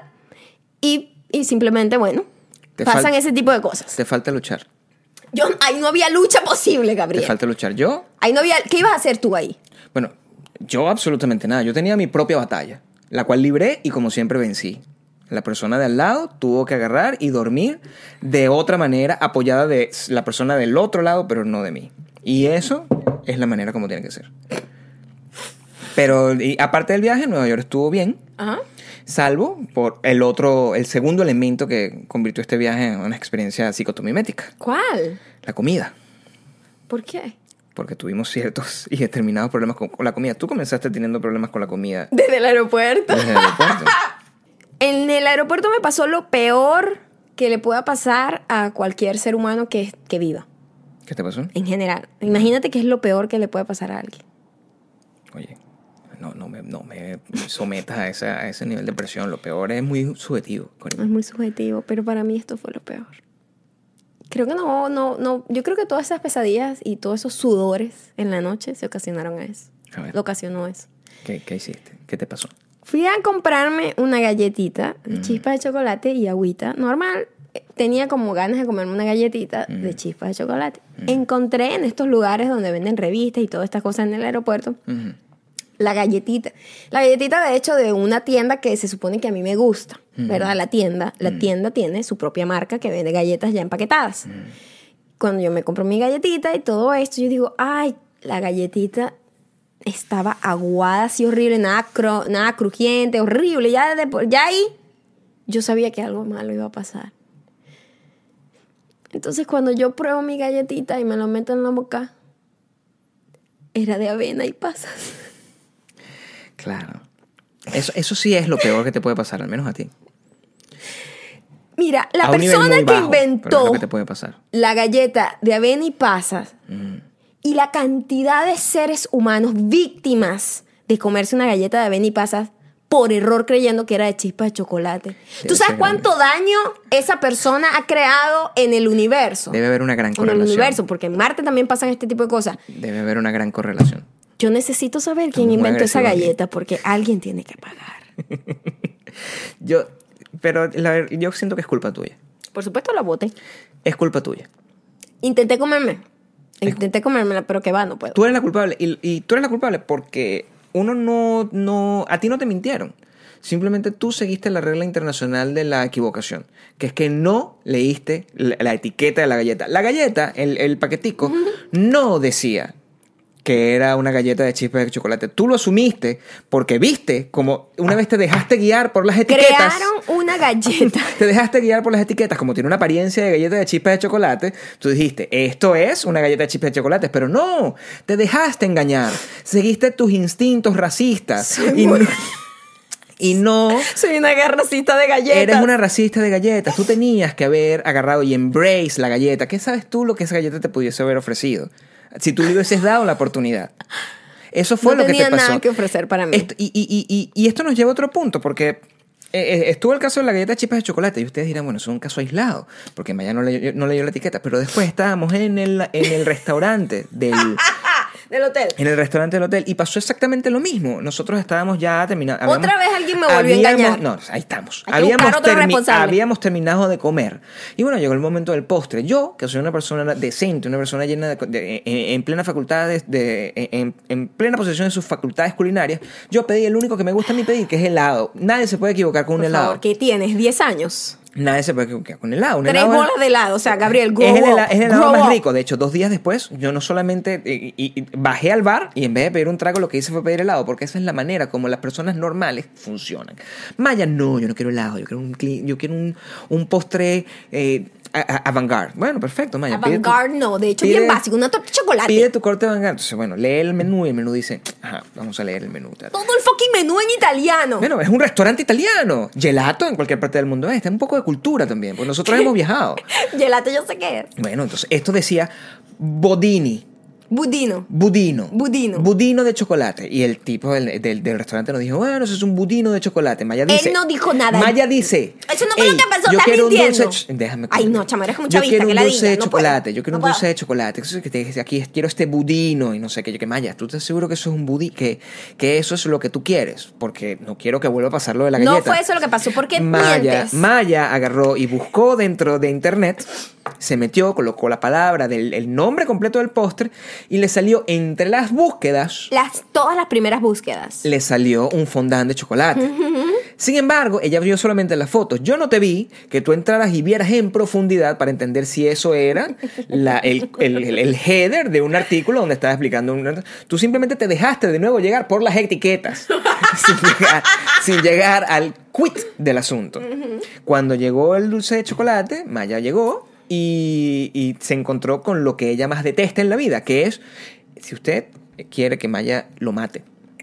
y, y simplemente, bueno, Te pasan fal- ese tipo de cosas. Te falta luchar. Yo, ahí no había lucha posible, Te Gabriel. falta luchar. Yo, Ahí no había... ¿Qué ibas a hacer tú ahí? bueno, yo absolutamente nada. Yo tenía mi propia batalla, la cual libré y como siempre vencí. La persona de al lado tuvo que agarrar y dormir de otra manera, apoyada de la persona del otro lado, pero no de mí. Y eso es la manera como tiene que ser. Pero y aparte del viaje, Nueva York estuvo bien, Ajá. salvo por el otro, el segundo elemento que convirtió este viaje en una experiencia psicotomimética, ¿Cuál? la comida. ¿Por qué? Porque tuvimos ciertos y determinados problemas con, con la comida. Tú comenzaste teniendo problemas con la comida Desde el aeropuerto. desde el aeropuerto. En el aeropuerto me pasó lo peor que le pueda pasar a cualquier ser humano que, que viva, ¿Qué te pasó? en general. Imagínate qué es lo peor que le puede pasar a alguien. Oye, no, no, me, no me sometas a, esa, a ese nivel de presión. Lo peor es muy subjetivo, Corina. Es muy subjetivo, pero para mí esto fue lo peor. Creo que no, no, no. Yo creo que todas esas pesadillas y todos esos sudores en la noche se ocasionaron a eso. A ver. Lo ocasionó eso. ¿Qué, ¿Qué hiciste? ¿Qué te pasó? Fui a comprarme una galletita de mm. chispas de chocolate y agüita normal. Tenía como ganas de comerme una galletita mm. de chispas de chocolate. Mm. Encontré en estos lugares donde venden revistas y todas estas cosas en el aeropuerto mm. la galletita. La galletita, de hecho, de una tienda que se supone que a mí me gusta, mm. ¿verdad? La tienda, la mm. tienda tiene su propia marca que vende galletas ya empaquetadas. Mm. Cuando yo me compro mi galletita y todo esto, yo digo, ay, la galletita estaba aguada, así horrible, nada, cru- nada crujiente, horrible. Ya, de, ya ahí yo sabía que algo malo iba a pasar. Entonces, cuando yo pruebo mi galletita y me lo meto en la boca, era de avena y pasas. Claro. Eso, eso sí es lo peor que te puede pasar, al menos a ti. Mira, la persona que bajo, inventó es lo que te puede pasar. La galleta de avena y pasas mm. y la cantidad de seres humanos víctimas de comerse una galleta de avena y pasas por error creyendo que era de chispas de chocolate. Debe ¿Tú sabes cuánto grande. daño esa persona ha creado en el universo? Debe haber una gran correlación. En el universo, porque en Marte también pasan este tipo de cosas. Debe haber una gran correlación. Yo necesito saber quién inventó esa galleta porque alguien tiene que pagar. yo, pero la, yo siento que es culpa tuya. Por supuesto la boté. Es culpa tuya. Intenté comerme. Intenté comérmela, pero que va, no puedo. Tú eres la culpable. Y, y tú eres la culpable porque uno no, no... A ti no te mintieron. Simplemente tú seguiste la regla internacional de la equivocación, que es que no leíste la, la etiqueta de la galleta. La galleta, el, el paquetico, uh-huh. no decía que era una galleta de chispas de chocolate. Tú lo asumiste porque viste como una vez te dejaste guiar por las etiquetas. Crearon una galleta. Te dejaste guiar por las etiquetas. Como tiene una apariencia de galleta de chispas de chocolate, tú dijiste, esto es una galleta de chispas de chocolate. Pero no, te dejaste engañar. Seguiste tus instintos racistas. Soy y muy... no... Y no... Soy una racista de galletas. Eres una racista de galletas. Tú tenías que haber agarrado y embrace la galleta. ¿Qué sabes tú lo que esa galleta te pudiese haber ofrecido? Si tú le hubieses dado la oportunidad. Eso fue no lo que te pasó. No tenía nada que ofrecer para mí. Esto, y, y, y, y esto nos lleva a otro punto, porque eh, estuvo el caso de la galleta de chispas de chocolate, y ustedes dirán, bueno, eso es un caso aislado, porque Maya no leyó, no leyó la etiqueta, pero después estábamos en el, en el restaurante del... del hotel. En el restaurante del hotel. Y pasó exactamente lo mismo. Nosotros estábamos ya terminando. Otra vez alguien me volvió a engañar. No, ahí estamos. Hay que habíamos, otro termi- habíamos terminado de comer. Y bueno, llegó el momento del postre. Yo, que soy una persona decente, una persona llena de... de en, en plena facultad, de, de, en, en plena posesión de sus facultades culinarias, yo pedí el único que me gusta a mí pedir, que es helado. Nadie se puede equivocar con Por un helado. Favor, ¿qué tienes? ¿diez años? Nadie se puede equivocar con helado. Un Tres helado bolas es, de helado. O sea, Gabriel, grow es el, up, es el helado grow más up. rico. De hecho, dos días después, yo no solamente y, y, y bajé al bar y en vez de pedir un trago, lo que hice fue pedir helado, porque esa es la manera como las personas normales funcionan. Maya, no, yo no quiero helado. Yo quiero un, yo quiero un, un postre... Eh, avant-garde. Bueno, perfecto, Maya. Avant-garde no, de hecho pide, bien básico, una torta de chocolate. Pide tu corte avant-garde. Entonces, bueno, lee el menú y el menú dice, ajá, vamos a leer el menú. Todo el fucking menú en italiano. Bueno, es un restaurante italiano. Gelato en cualquier parte del mundo es. Está un poco de cultura también, porque nosotros hemos viajado. Gelato yo sé qué es. Bueno, entonces esto decía Bodini. Budino. Budino. Budino. Budino de chocolate. Y el tipo del, del, del restaurante nos dijo, bueno, eso es un budino de chocolate. Maya dice... Él no dijo nada. Maya dice... Eso no fue lo que pasó, yo estás quiero mintiendo. Un dulce... Déjame Ay, no, chama, eres como chavista. Yo quiero un que dulce la de diga, chocolate. No yo quiero no un dulce puedo. de chocolate. Eso es que te dice aquí, quiero este budino y no sé qué. Yo que Maya, ¿tú estás seguro que eso es un budí? Que, que eso es lo que tú quieres. Porque no quiero que vuelva a pasar lo de la galleta. No fue eso lo que pasó. ¿Por qué Maya, mientes? Maya agarró y buscó dentro de internet... Se metió, colocó la palabra del el nombre completo del postre y le salió entre las búsquedas. Las, todas las primeras búsquedas. Le salió un fondant de chocolate. Uh-huh. Sin embargo, ella vio solamente las fotos. Yo no te vi que tú entraras y vieras en profundidad para entender si eso era la, el, el, el, el header de un artículo donde estaba explicando. Un, tú simplemente te dejaste de nuevo llegar por las etiquetas sin, llegar, sin llegar al quit del asunto. Uh-huh. Cuando llegó el dulce de chocolate, Maya llegó. Y, y se encontró con lo que ella más detesta en la vida, que es, si usted quiere que Maya lo mate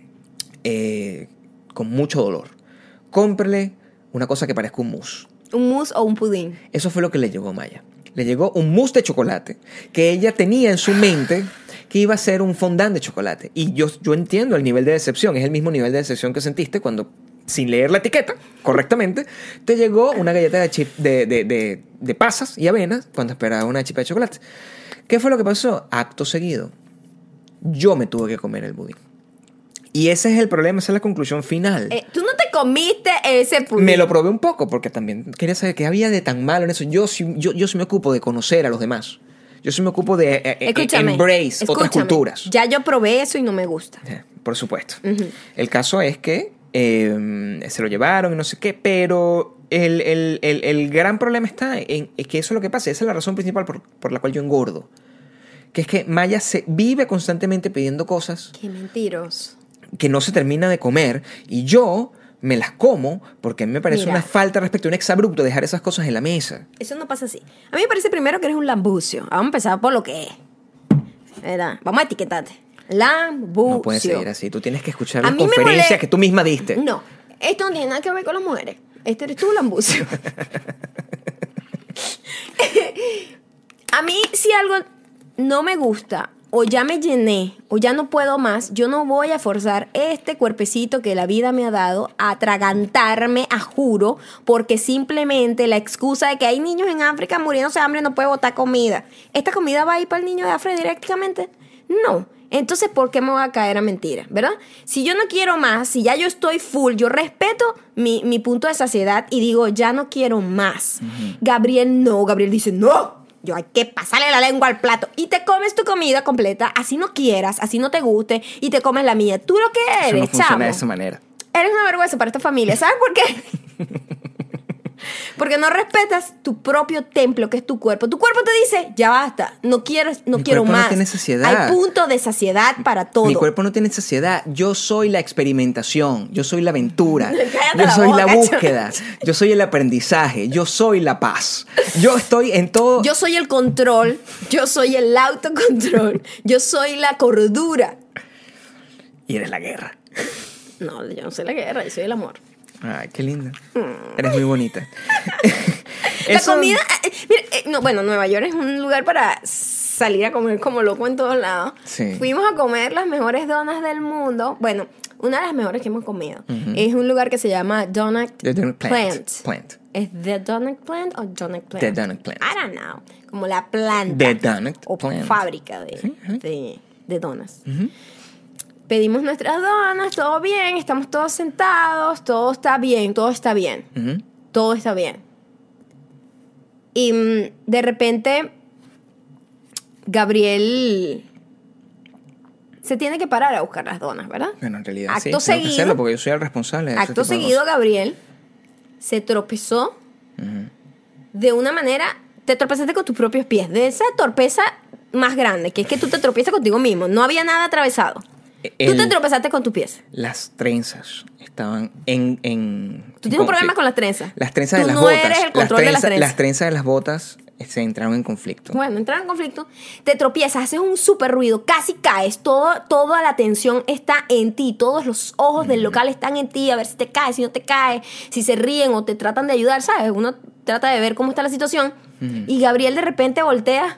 eh, con mucho dolor, cómprele una cosa que parezca un mousse. Un mousse o un pudín. Eso fue lo que le llegó a Maya. le llegó un mousse de chocolate que ella tenía en su mente que iba a ser un fondant de chocolate. Y yo, yo entiendo el nivel de decepción. Es el mismo nivel de decepción que sentiste cuando, sin leer la etiqueta correctamente, te llegó una galleta de, chip, de, de, de, de pasas y avenas cuando esperaba una chipa de chocolate. ¿Qué fue lo que pasó? Acto seguido, yo me tuve que comer el budín. Y ese es el problema, esa es la conclusión final. Eh, Tú no te comiste ese pudín. Me lo probé un poco porque también quería saber qué había de tan malo en eso. Yo, sí- yo, yo sí me ocupo de conocer a los demás. Yo sí me ocupo de eh, eh, Escúchame, embrace escúchame. otras culturas. Ya yo probé eso y no me gusta. Sí, por supuesto. Ujú. El caso es que eh, se lo llevaron y no sé qué, pero el, el, el, el gran problema está en, en que eso es lo que pasa. Esa es la razón principal por, por la cual yo engordo. Que es que Maya se vive constantemente pidiendo cosas Qué mentiroso. que no se termina de comer y yo me las como porque a mí me parece Mira. una falta de respeto, un exabrupto dejar esas cosas en la mesa. Eso no pasa así. A mí me parece primero que eres un lambucio. Vamos a empezar por lo que es. ¿Verdad? Vamos a etiquetarte. Lambucio. No puede ser así. Tú tienes que escuchar A las mí me conferencias mole- que tú misma diste. No, esto no tiene nada que ver con las mujeres. Este eres tú, lambucio. A mí, si algo no me gusta, o ya me llené, o ya no puedo más, yo no voy a forzar este cuerpecito que la vida me ha dado a atragantarme, a juro, porque simplemente la excusa de que hay niños en África muriéndose de hambre no puede botar comida. ¿Esta comida va a ir para el niño de África directamente? No. Entonces, ¿por qué me voy a caer a mentira? ¿Verdad? Si yo no quiero más, si ya yo estoy full, yo respeto mi, mi punto de saciedad y digo, ya no quiero más. Uh-huh. Gabriel no, Gabriel dice, no, yo hay que pasarle la lengua al plato. Y te comes tu comida completa, así no quieras, así no te guste, y te comes la mía. ¿Tú lo que eres, Eso no funciona chamo? de esa manera. Eres una vergüenza para esta familia. ¿Sabes por qué? Porque no respetas tu propio templo, que es tu cuerpo. Tu cuerpo te dice, ya basta, no quiero, no Mi quiero cuerpo más. no tiene saciedad. Hay punto de saciedad para todo. Mi cuerpo no tiene saciedad. Yo soy la experimentación. Yo soy la aventura. Cállate Yo la soy boca, la búsqueda. Yo soy el aprendizaje. Yo soy la paz. Yo estoy en todo. Yo soy el control. Yo soy el autocontrol. Yo soy la cordura. Y eres la guerra. No, yo no soy la guerra, yo soy el amor. Ay, qué linda. Mm. Eres muy bonita. La Eso... comida... Eh, mira, eh, no, bueno, Nueva York es un lugar para salir a comer como loco en todos lados. Sí. Fuimos a comer las mejores donas del mundo. Bueno, una de las mejores que hemos comido. Uh-huh. Es un lugar que se llama Donut, The Donut Plant. Plant. Plant. ¿Es The Donut Plant o Donut Plant? The Donut Plant. I don't know. Como la planta. The Donut o Plant. fábrica de, ¿Sí? uh-huh. de, de donas. Uh-huh. Pedimos nuestras donas, todo bien, estamos todos sentados, todo está bien, todo está bien. Uh-huh. Todo está bien. Y mm, de repente, Gabriel se tiene que parar a buscar las donas, ¿verdad? Bueno, en realidad acto sí, seguido, tengo que hacerlo porque yo soy el responsable de acto seguido, Gabriel se tropezó uh-huh. de una manera... Te tropezaste con tus propios pies. De esa torpeza más grande, que es que tú te tropiezas contigo mismo. No había nada atravesado. El, tú te tropezaste con tus pies. Las trenzas estaban en... en ¿Tú tienes un problema con las trenzas? Las trenzas tú de las no botas. Tú no eres el control las trenzas, de las trenzas. Las trenzas de las botas se entraron en conflicto. Bueno, entraron en conflicto. Te tropiezas, haces un súper ruido, casi caes. Todo, toda la atención está en ti. Todos los ojos mm. del local están en ti. A ver si te caes, si no te caes. Si se ríen o te tratan de ayudar, ¿sabes? Uno trata de ver cómo está la situación. Mm. Y Gabriel de repente voltea.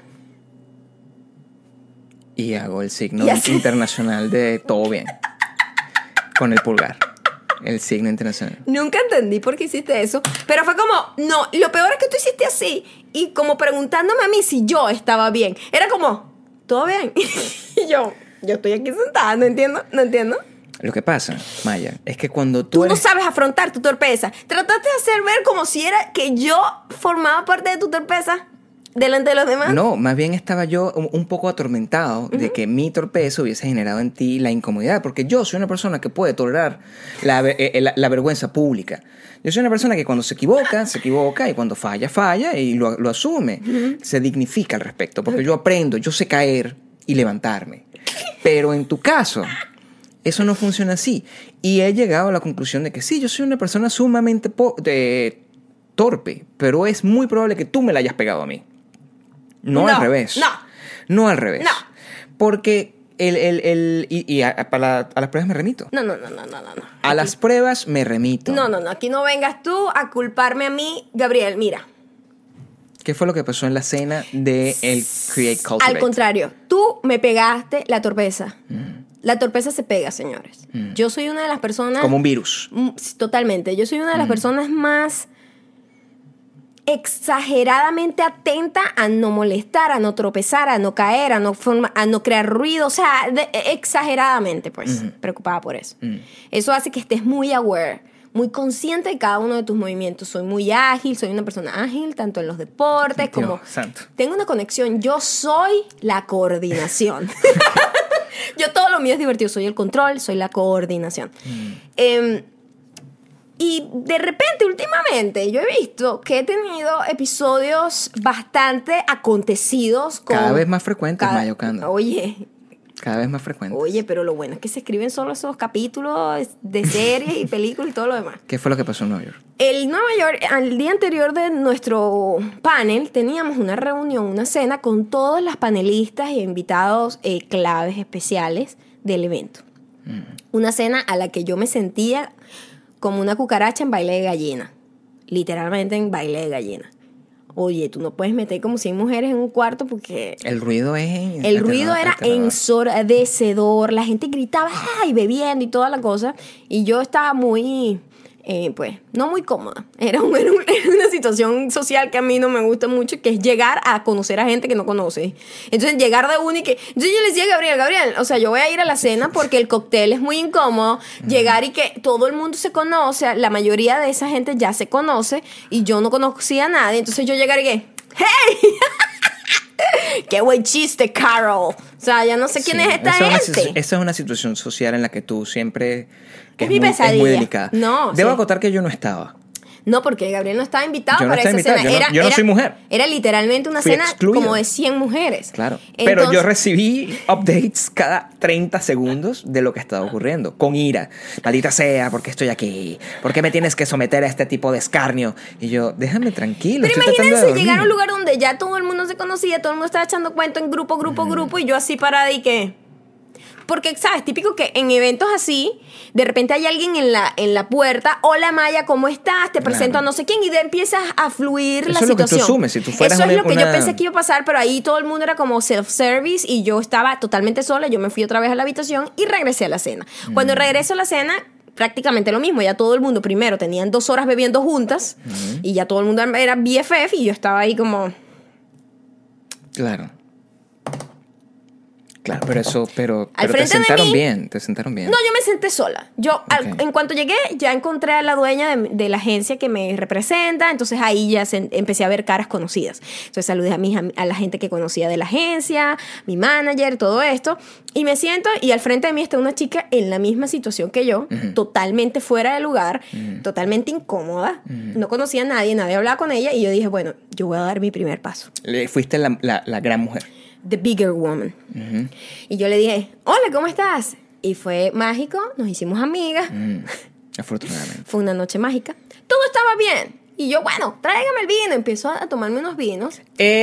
Y hago el signo internacional de todo bien. Con el pulgar. El signo internacional. Nunca entendí por qué hiciste eso. Pero fue como, no, lo peor es que tú hiciste así. Y como preguntándome a mí si yo estaba bien. Era como, ¿todo bien? Y yo, yo estoy aquí sentada, no entiendo, no entiendo. Lo que pasa, Maya, es que cuando tú Tú eres... no sabes afrontar tu torpeza. Trataste de hacer ver como si era que yo formaba parte de tu torpeza delante de los demás. No, más bien estaba yo un, un poco atormentado uh-huh. de que mi torpeza hubiese generado en ti la incomodidad, porque yo soy una persona que puede tolerar la, eh, la, la vergüenza pública. Yo soy una persona que cuando se equivoca, se equivoca, y cuando falla, falla, y lo, lo asume. Uh-huh. Se dignifica al respecto, porque yo aprendo, yo sé caer y levantarme. Pero en tu caso, eso no funciona así. Y he llegado a la conclusión de que sí, yo soy una persona sumamente po- de, torpe, pero es muy probable que tú me la hayas pegado a mí. No, no al revés. No. No al revés. No. Porque el... el, el y y a, a, la, a las pruebas me remito. No, no, no, no, no, no. A aquí. Las pruebas me remito. No, no, no. Aquí no vengas tú a culparme a mí. Gabriel, mira. ¿Qué fue lo que pasó en la cena de el Create Cultivate? Al contrario, tú me pegaste la torpeza. Mm. La torpeza se pega, señores. Mm. Yo soy una de las personas... Como un virus. Totalmente. Yo soy una de las mm. personas más exageradamente atenta a no molestar, a no tropezar, a no caer, a no, forma, a no crear ruido. O sea, de, exageradamente, pues, mm. preocupada por eso. Mm. Eso hace que estés muy aware, muy consciente de cada uno de tus movimientos. Soy muy ágil, soy una persona ágil, tanto en los deportes Dios como... santo. Tengo una conexión. Yo soy la coordinación. Yo todo lo mío es divertido. Soy el control, soy la coordinación. Mm. Eh, y de repente, últimamente, yo he visto que he tenido episodios bastante acontecidos con... Cada vez más frecuentes, cada, Mayocando. Oye... Cada vez más frecuentes. Oye, pero lo bueno es que se escriben solo esos capítulos de series y películas y todo lo demás. ¿Qué fue lo que pasó en Nueva York? El Nueva York, al día anterior de nuestro panel, teníamos una reunión, una cena con todas las panelistas e invitados eh, claves especiales del evento. Mm. Una cena a la que yo me sentía como una cucaracha en baile de gallina. Literalmente en baile de gallina. Oye, tú no puedes meter como cien mujeres en un cuarto porque... El ruido es... El ruido era ensordecedor. La gente gritaba, ¡ay!, bebiendo y toda la cosa. Y yo estaba muy... Eh, pues, no muy cómoda. Era, un, era, un, era una situación social que a mí no me gusta mucho, que es llegar a conocer a gente que no conoce. Entonces, llegar de una y que... Entonces, yo le decía a Gabriel, Gabriel, o sea, yo voy a ir a la cena porque el cóctel es muy incómodo. Mm. Llegar y que todo el mundo se conoce, la mayoría de esa gente ya se conoce, y yo no conocía a nadie. Entonces, yo llegar y que... ¡Hey! ¡Qué buen chiste, Carol! O sea, ya no sé quién sí, es esta esa gente. Es una, esa es una situación social en la que tú siempre... Que es, es, mi muy, pesadilla. es muy delicada. No, Debo sí. acotar que yo no estaba. No, porque Gabriel no estaba invitado yo no para esa invitado. cena. Yo no, Era, yo no era, soy mujer. Era literalmente una Fui cena excluido. como de cien mujeres. Claro. Entonces, pero yo recibí updates cada treinta segundos de lo que estaba ocurriendo. Con ira. Maldita sea, ¿por qué estoy aquí? ¿Por qué me tienes que someter a este tipo de escarnio? Y yo, déjame tranquilo. Pero estoy imagínense de llegar a un lugar donde ya todo el mundo se conocía, todo el mundo estaba echando cuento en grupo, grupo, mm. grupo, y yo así parada y que... Porque, ¿sabes? Típico que en eventos así, de repente hay alguien en la, en la puerta. Hola, Maya, ¿cómo estás? Te presento claro. a no sé quién. Y de empiezas a fluir Eso la es lo situación. Que tú asumes. Si tú fueras Eso una, es lo que una... yo pensé que iba a pasar, pero ahí todo el mundo era como self-service y yo estaba totalmente sola. Yo me fui otra vez a la habitación y regresé a la cena. Mm. Cuando regreso a la cena, prácticamente lo mismo. Ya todo el mundo, primero, tenían dos horas bebiendo juntas mm. y ya todo el mundo era B F F y yo estaba ahí como... Claro. Claro, pero eso, pero, pero te sentaron bien, te sentaron bien. No, yo me senté sola. Yo, okay. al, en cuanto llegué, ya encontré a la dueña de, de la agencia que me representa, entonces ahí ya se, empecé a ver caras conocidas. Entonces saludé a, mi, a la gente que conocía de la agencia, mi manager, todo esto, y me siento, y al frente de mí está una chica en la misma situación que yo, uh-huh. totalmente fuera de lugar, uh-huh. totalmente incómoda, uh-huh. no conocía a nadie, nadie hablaba con ella, y yo dije, bueno, yo voy a dar mi primer paso. Le fuiste la, la, la gran mujer. The bigger woman. Uh-huh. Y yo le dije, hola, ¿cómo estás? Y fue mágico, nos hicimos amigas. Mm, afortunadamente. Fue una noche mágica. Todo estaba bien. Y yo, bueno, tráigame el vino. Empiezo a tomarme unos vinos.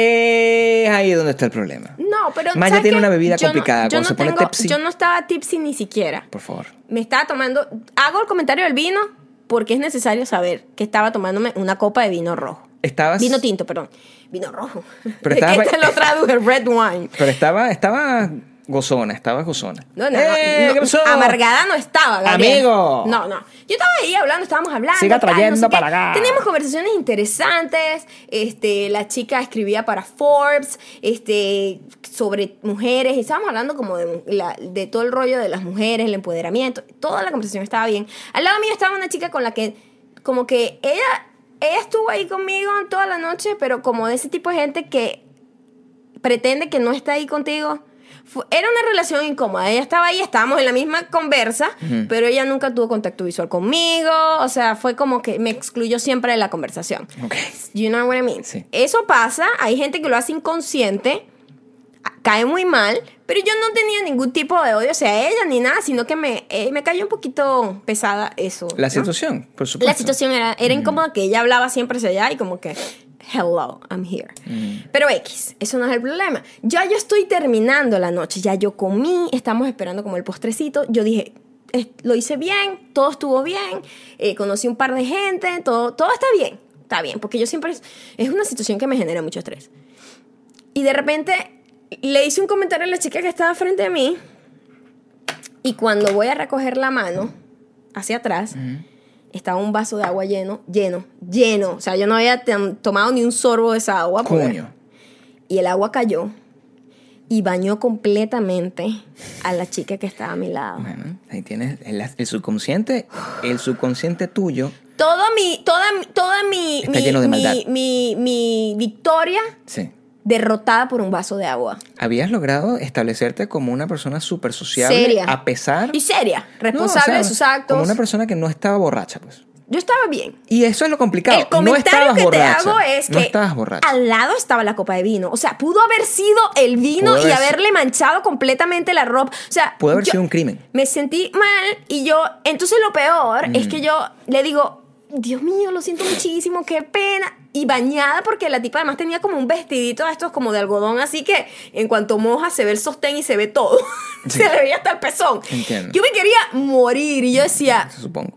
Es ahí donde está el problema. No, pero Maya tiene una bebida yo complicada. No, yo, Cuando no se pone tengo, tipsy. yo no estaba tipsy ni siquiera. Por favor. Me estaba tomando... Hago el comentario del vino porque es necesario saber que estaba tomándome una copa de vino rojo. Estabas... Vino tinto, perdón. Vino rojo. Pero estaba... ¿De qué te lo traduje? Red wine. Pero estaba... estaba... gozona, estaba gozona. No, no, ¡Eh, no, qué pasó! Amargada no estaba, Gabriel. ¡Amigo! No, no. Yo estaba ahí hablando, estábamos hablando. Siga trayendo tal, no sé para acá. Teníamos conversaciones interesantes. Este, la chica escribía para Forbes, este, sobre mujeres. Y estábamos hablando como de, la, de todo el rollo de las mujeres, el empoderamiento. Toda la conversación estaba bien. Al lado mío estaba una chica con la que, como que ella... Ella estuvo ahí conmigo toda la noche, pero como de ese tipo de gente que pretende que no está ahí contigo. Fue, era una relación incómoda. Ella estaba ahí, estábamos en la misma conversa, uh-huh. pero ella nunca tuvo contacto visual conmigo. O sea, fue como que me excluyó siempre de la conversación. Okay. You know what I mean? Sí. Eso pasa. Hay gente que lo hace inconsciente, cae muy mal, pero yo no tenía ningún tipo de odio hacia ella ni nada, sino que me, eh, me cayó un poquito pesada eso. La ¿no? situación, por supuesto. La situación era, era mm. incómoda, que ella hablaba siempre hacia allá y como que, hello, I'm here. Mm. Pero X, eso no es el problema. Ya yo estoy terminando la noche, ya yo comí, estamos esperando como el postrecito. Yo dije, lo hice bien, todo estuvo bien, eh, conocí un par de gente, todo, todo está bien. está bien, porque yo siempre, es una situación que me genera mucho estrés. Y de repente le hice un comentario a la chica que estaba frente a mí, y cuando voy a recoger la mano hacia atrás, uh-huh. estaba un vaso de agua lleno, lleno, lleno. O sea, yo no había t- tomado ni un sorbo de esa agua. Coño. Y el agua cayó y bañó completamente a la chica que estaba a mi lado. Bueno, ahí tienes el, el subconsciente, el subconsciente tuyo. Todo mi, toda, toda mi, está mi, lleno de maldad. mi, mi, mi victoria sí. derrotada por un vaso de agua. Habías logrado establecerte como una persona súper sociable. Seria. A pesar... Y seria, responsable no, o sea, de sus actos. Como una persona que no estaba borracha, pues. Yo estaba bien. Y eso es lo complicado. El comentario no que borracha. te hago es no que estabas borracha. al lado estaba la copa de vino. O sea, pudo haber sido el vino haber y haberle manchado completamente la ropa. O sea, pudo haber yo sido un crimen. Me sentí mal y yo... Entonces lo peor mm. es que yo le digo, Dios mío, lo siento muchísimo, qué pena. Y bañada porque la tipa además tenía como un vestidito de estos como de algodón, así que en cuanto moja se ve el sostén y se ve todo. Sí. Se le veía hasta el pezón. Entiendo. Yo me quería morir y yo decía... Supongo.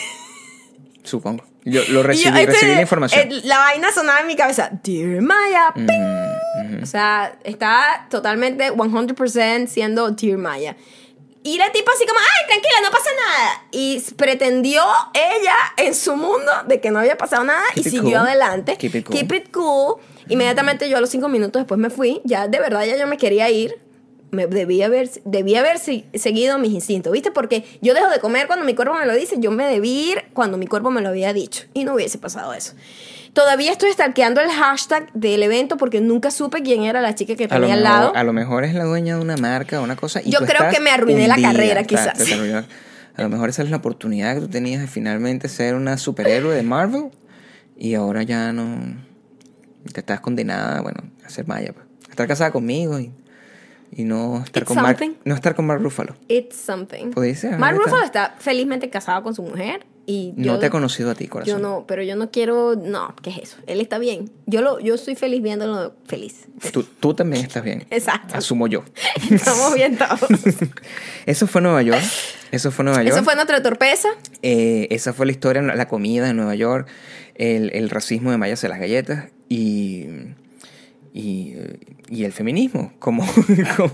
Supongo. Yo lo recibí, yo, este, recibí la información. Eh, la vaina sonaba en mi cabeza. Dear Maya, ping. Mm-hmm. O sea, estaba totalmente cien por ciento siendo Dear Maya. Y la tipa así como, ay, tranquila, no pasa nada. Y pretendió ella en su mundo de que no había pasado nada. Keep y siguió cool. adelante. Keep it cool. Keep it cool. Mm-hmm. Inmediatamente yo a los cinco minutos después me fui. Ya de verdad ya yo me quería ir. Me debía haber, debía haber seguido mis instintos, ¿viste? Porque yo dejo de comer cuando mi cuerpo me lo dice. Yo me debí ir cuando mi cuerpo me lo había dicho. Y no hubiese pasado eso. Todavía estoy stalkeando el hashtag del evento porque nunca supe quién era la chica que tenía al lado. A lo mejor es la dueña de una marca o una cosa. Y yo tú creo que me arruiné hundida, la carrera, quizás. Está, a lo mejor esa es la oportunidad que tú tenías de finalmente ser una superhéroe de Marvel. Y ahora ya no... Te estás condenada, bueno, a ser Maya. Pues. A estar casada conmigo y... Y no estar, con Mark, no estar con Mark Ruffalo. It's something. ¿Puede ser? Mark Ruffalo está felizmente casado con su mujer. Y yo, no te ha conocido a ti, corazón. Yo no, pero yo no quiero... No, ¿qué es eso? Él está bien. Yo lo, yo estoy feliz viéndolo feliz. Tú, tú también estás bien. Exacto. Asumo yo. Estamos bien todos. Eso fue Nueva York. Eso fue Nueva York. Eso fue nuestra torpeza. Eh, esa fue la historia, la comida de Nueva York, el, el racismo de Mayas de las galletas y... Y, y el feminismo como como,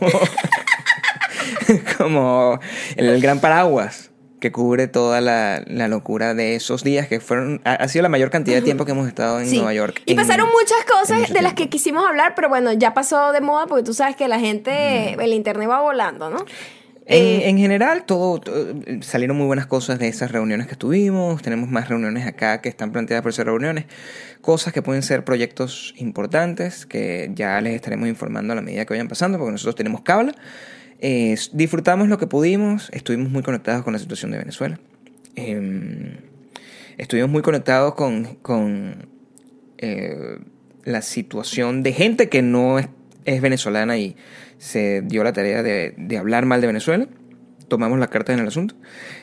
como el, el gran paraguas que cubre toda la, la locura de esos días que fueron ha, ha sido la mayor cantidad de tiempo que hemos estado en sí. Nueva York. Y en, pasaron muchas cosas mucho de las tiempo. que quisimos hablar, pero bueno, ya pasó de moda porque tú sabes que la gente, mm. el internet va volando, ¿no? En, eh, en general, todo, todo, salieron muy buenas cosas de esas reuniones que tuvimos. Tenemos más reuniones acá que están planteadas por esas reuniones. Cosas que pueden ser proyectos importantes que ya les estaremos informando a la medida que vayan pasando, porque nosotros tenemos cable. Eh, disfrutamos lo que pudimos. Estuvimos muy conectados con la situación de Venezuela. Eh, estuvimos muy conectados con, con eh, la situación de gente que no es, es venezolana y se dio la tarea de, de hablar mal de Venezuela. Tomamos las cartas en el asunto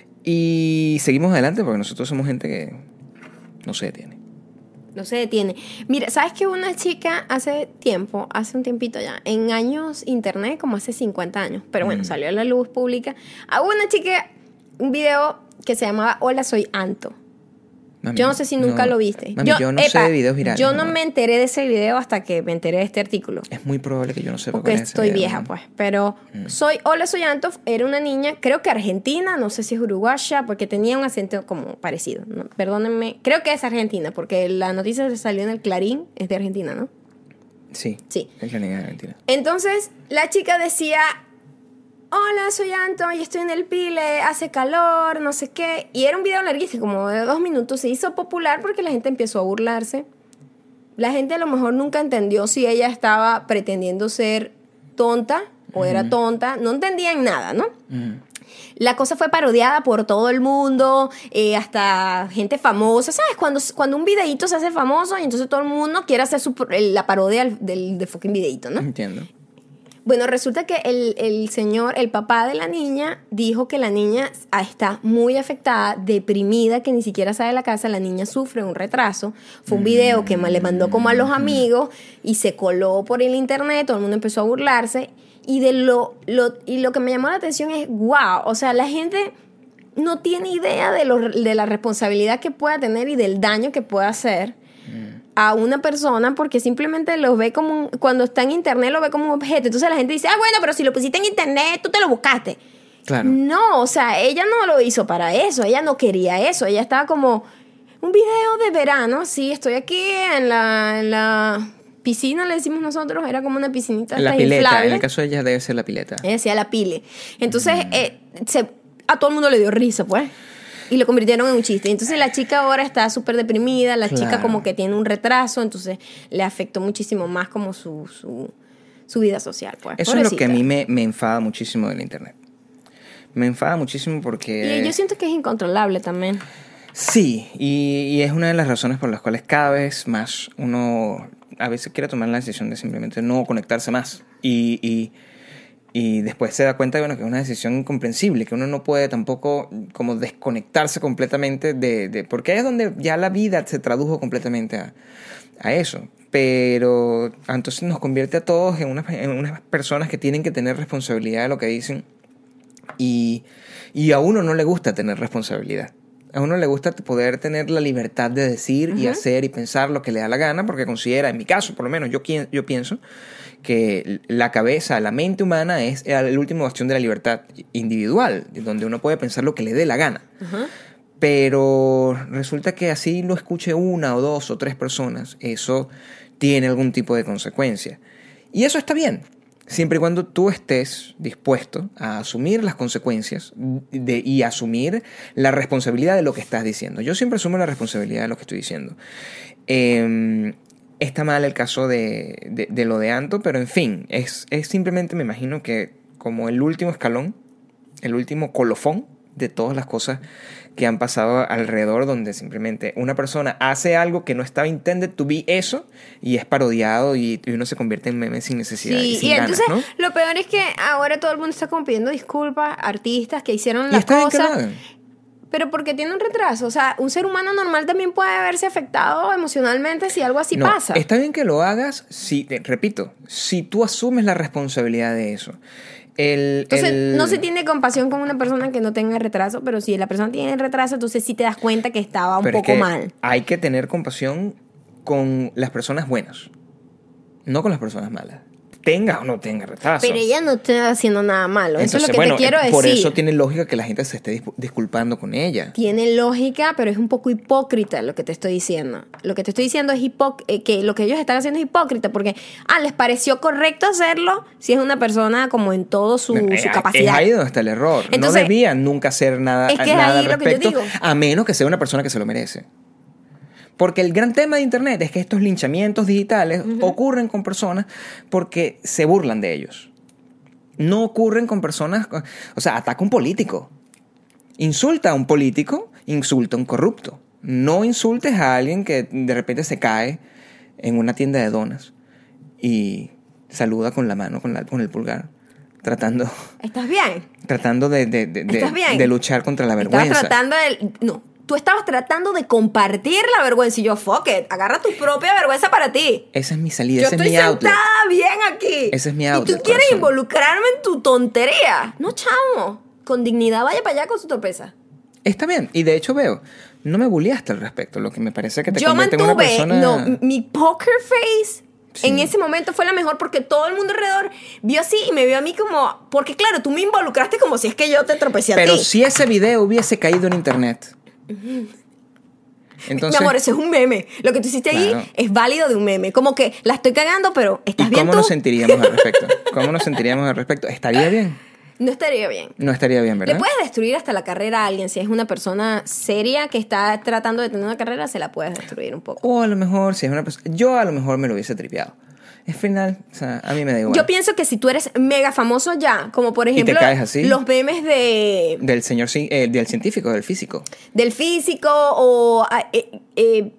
y seguimos adelante porque nosotros somos gente que no se detiene. No se detiene. Mira, ¿sabes que una chica hace tiempo, hace un tiempito ya, en años internet, como hace cincuenta años, pero bueno, mm. salió a la luz pública, hubo una chica, un video que se llamaba Hola, soy Anto. Mami, yo no sé si nunca no, lo viste. Mami, yo, yo no epa, sé de videos virales. Yo no, no me enteré de ese video hasta que me enteré de este artículo. Es muy probable que yo no sepa porque cuál es estoy ese video, vieja, ¿no? pues. Pero mm. soy, Hola, soy Anto, era una niña, creo que argentina, no sé si es uruguaya, porque tenía un acento como parecido, ¿no? Perdónenme, creo que es argentina, porque la noticia que salió en el Clarín es de Argentina, ¿no? Sí, sí. Es la niña de Argentina. Entonces, la chica decía... Hola, soy Anto y estoy en el Pile, hace calor, no sé qué. Y era un video larguísimo, como de dos minutos. Se hizo popular porque la gente empezó a burlarse. La gente a lo mejor nunca entendió si ella estaba pretendiendo ser tonta o uh-huh. era tonta. No entendían nada, ¿no? Uh-huh. La cosa fue parodiada por todo el mundo, eh, hasta gente famosa. ¿Sabes? Cuando, cuando un videíto se hace famoso y entonces todo el mundo quiere hacer su, la parodia del, del, del fucking videíto, ¿no? Entiendo. Bueno, resulta que el, el señor, el papá de la niña, dijo que la niña está muy afectada, deprimida, que ni siquiera sale de la casa. La niña sufre un retraso. Fue un video que le mandó como a los amigos y se coló por el internet. Todo el mundo empezó a burlarse. Y, de lo, lo, y lo que me llamó la atención es, wow, o sea, la gente no tiene idea de, lo, de la responsabilidad que pueda tener y del daño que pueda hacer. a una persona porque simplemente lo ve como un, cuando está en internet lo ve como un objeto. Entonces la gente dice, ah, bueno, pero si lo pusiste en internet, tú te lo buscaste. Claro. No, o sea, ella no lo hizo para eso, ella no quería eso, ella estaba como un video de verano, sí, estoy aquí en la, en la piscina, le decimos nosotros, era como una piscinita La esta pileta, inflable. en el caso de ella debe ser la pileta. Ella decía la pile. Entonces, mm. eh, se, a todo el mundo le dio risa, pues. Y lo convirtieron en un chiste. Entonces la chica ahora está súper deprimida, la claro. chica como que tiene un retraso, entonces le afectó muchísimo más como su, su, su vida social, pues. Eso Pobrecita. Es lo que a mí me, me enfada muchísimo del internet. Me enfada muchísimo porque... Y yo siento que es incontrolable también. Sí, y, y es una de las razones por las cuales cada vez más uno a veces quiere tomar la decisión de simplemente no conectarse más. Y... y Y después se da cuenta bueno, que es una decisión incomprensible, que uno no puede tampoco como desconectarse completamente de... de porque es donde ya la vida se tradujo completamente a, a eso. Pero entonces nos convierte a todos en unas, en unas personas que tienen que tener responsabilidad de lo que dicen. Y, y a uno no le gusta tener responsabilidad. A uno le gusta poder tener la libertad de decir uh-huh. y hacer y pensar lo que le da la gana, porque considera, en mi caso por lo menos, yo, yo pienso... que la cabeza, la mente humana es el último bastión de la libertad individual, donde uno puede pensar lo que le dé la gana. Uh-huh. Pero resulta que así lo escuche una o dos o tres personas, eso tiene algún tipo de consecuencia. Y eso está bien, siempre y cuando tú estés dispuesto a asumir las consecuencias de, y asumir la responsabilidad de lo que estás diciendo. Yo siempre asumo la responsabilidad de lo que estoy diciendo. Eh, Está mal el caso de, de, de lo de Anto, pero en fin, es, es simplemente, me imagino que como el último escalón, el último colofón de todas las cosas que han pasado alrededor, donde simplemente una persona hace algo que no estaba intended to be eso, y es parodiado y, y uno se convierte en meme sin necesidad. Sí, y, sin y ganas, entonces ¿no? Lo peor es que ahora todo el mundo está como pidiendo disculpas, artistas que hicieron las cosas. Pero porque tiene un retraso. O sea, un ser humano normal también puede verse afectado emocionalmente si algo así no, pasa. Está bien que lo hagas, si, te, repito, si tú asumes la responsabilidad de eso. El, entonces, el... no se tiene compasión con una persona que no tenga retraso, pero si la persona tiene retraso, entonces sí te das cuenta que estaba un pero poco es que mal. Hay que tener compasión con las personas buenas, no con las personas malas. Tenga o no tenga retraso. Pero ella no está haciendo nada malo. Entonces, eso es lo que bueno, te quiero decir. Por eso tiene lógica que la gente se esté disculpando con ella. Tiene lógica, pero es un poco hipócrita lo que te estoy diciendo. Lo que te estoy diciendo es hipoc- eh, que lo que ellos están haciendo es hipócrita, porque ah, les pareció correcto hacerlo si es una persona como en todo su, bueno, su capacidad. Es ahí donde está el error. Entonces, no debían nunca hacer nada, es que nada es ahí al respecto, lo que yo digo. A menos que sea una persona que se lo merece. Porque el gran tema de Internet es que estos linchamientos digitales uh-huh. ocurren con personas porque se burlan de ellos. No ocurren con personas... O sea, ataca a un político. Insulta a un político, insulta a un corrupto. No insultes a alguien que de repente se cae en una tienda de donas y saluda con la mano, con, la, con el pulgar, tratando... ¿Estás bien? Tratando de, de, de, ¿Estás bien? de luchar contra la vergüenza. Estás tratando de... No. Tú estabas tratando de compartir la vergüenza y yo, fuck it, agarra tu propia vergüenza para ti. Esa es mi salida, yo ese es mi outlet. Yo estoy sentada bien aquí. Ese es mi outlet. Y tú quieres corazón. involucrarme en tu tontería. No, chamo. Con dignidad vaya para allá con su torpeza. Está bien. Y de hecho veo, no me bulleaste al respecto, lo que me parece que te yo convierte en una persona... No, mi poker face... Sí. En ese momento fue la mejor porque todo el mundo alrededor vio así y me vio a mí como... Porque claro, tú me involucraste como si es que yo te tropecé a Pero ti. Pero si ese video hubiese caído en internet... Entonces, mi amor, eso es un meme. Lo que tú hiciste ahí claro. es válido de un meme. Como que la estoy cagando, pero ¿estás ¿Y bien cómo tú? nos sentiríamos al respecto? ¿Cómo nos sentiríamos al respecto? ¿Estaría bien? No estaría bien. No estaría bien, ¿verdad? Le puedes destruir hasta la carrera a alguien. Si es una persona seria que está tratando de tener una carrera, se la puedes destruir un poco. O a lo mejor, si es una persona... Yo a lo mejor me lo hubiese tripeado. Es final, o sea, a mí me da igual. Yo pienso que si tú eres mega famoso ya, como por ejemplo... ¿Y te caes así? Los memes de... Del señor, eh, del científico, del físico. Del físico o... Eh, eh,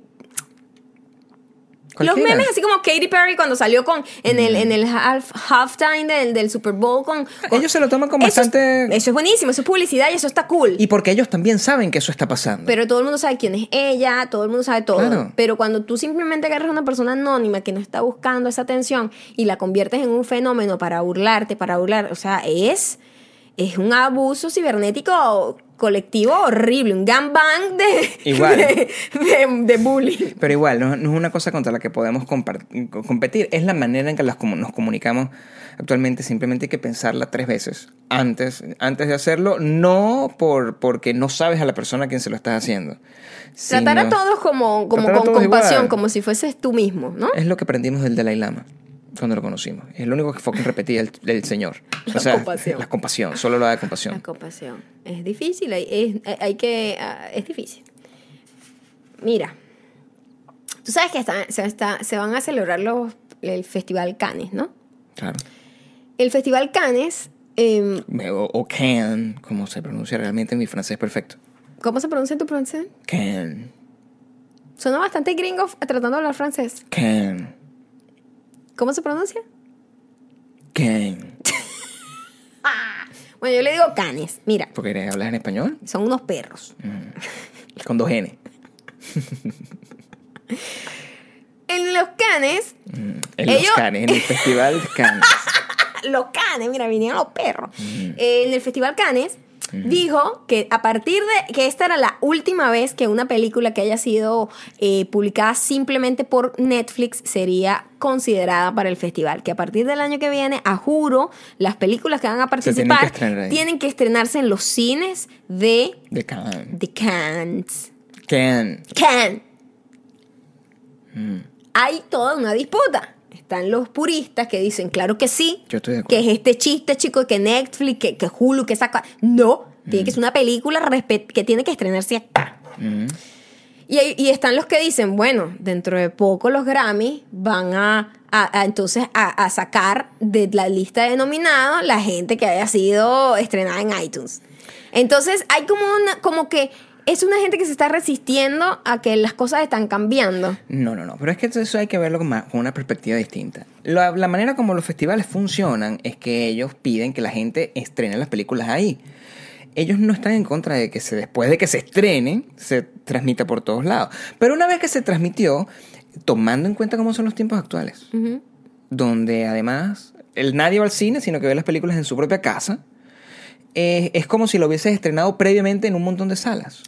los memes así como Katy Perry cuando salió con en mm. el en el half, halftime del, del Super Bowl con, con ellos se lo toman con eso bastante es, eso es buenísimo, eso es publicidad y eso está cool. Y porque ellos también saben que eso está pasando. Pero todo el mundo sabe quién es ella, todo el mundo sabe todo. Claro. Pero cuando tú simplemente agarras a una persona anónima que no está buscando esa atención y la conviertes en un fenómeno para burlarte, para burlar, o sea, es es un abuso cibernético colectivo horrible, un gangbang de, Igual. de, de, de bullying. Pero igual, no, no es una cosa contra la que podemos compar- competir. Es la manera en que las, como nos comunicamos actualmente. Simplemente hay que pensarla tres veces antes, antes de hacerlo. No por, porque no sabes a la persona a quien se lo estás haciendo. Tratar a sino- todos como, como tratar a con todos compasión, igual. como si fueses tú mismo, ¿no? Es lo que aprendimos del Dalai Lama cuando lo conocimos. Es lo único que fucking repetía el, el señor. La o sea, compasión. La compasión, solo lo da de La compasión. compasión. Es difícil, hay, es, hay que... ah, es difícil. Mira, tú sabes que está- se, está- se van a celebrar los, el Festival Cannes, ¿no? Claro. El Festival Cannes, eh, O, o can, como se pronuncia realmente en mi francés perfecto. ¿cómo se pronuncia en tu francés? Can, Suena bastante gringo tratando de hablar francés. can, ¿Cómo se pronuncia? can. Bueno, yo le digo Cannes. Mira, ¿Por qué hablas en español? son unos perros. Con dos N. En los Cannes, En Ellos- los Cannes, en el Festival de Cannes. los Cannes, mira, vinieron los perros. Eh, en el Festival Cannes dijo que a partir de que esta era la última vez que una película que haya sido eh, publicada simplemente por Netflix sería considerada para el festival, que a partir del año que viene, a juro, las películas que van a tienen que participar estrenar ahí. tienen que estrenarse en los cines de, De Cannes. de Cannes. Cannes. Cannes. Hay toda una disputa. Están los puristas que dicen, claro que sí, Yo estoy de que acuerdo. es este chiste, chico, que Netflix, que, que Hulu, que saca... No, tiene que ser una película respe- que tiene que estrenarse acá. Mm. Y, hay- y están los que dicen, bueno, dentro de poco los Grammy van a, a- a entonces a, a sacar de la lista de nominados la gente que haya sido estrenada en iTunes. Entonces hay como una, como que es una gente que se está resistiendo a que las cosas están cambiando. No, no, no. Pero es que eso hay que verlo con, más- con una perspectiva distinta. La, la manera como los festivales funcionan es que ellos piden que la gente estrene las películas ahí. Ellos no están en contra de que se, después de que se estrenen, se transmita por todos lados. Pero una vez que se transmitió, tomando en cuenta cómo son los tiempos actuales, Ujú. donde además el, nadie va al cine, sino que ve las películas en su propia casa, eh, es como si lo hubieses estrenado previamente en un montón de salas.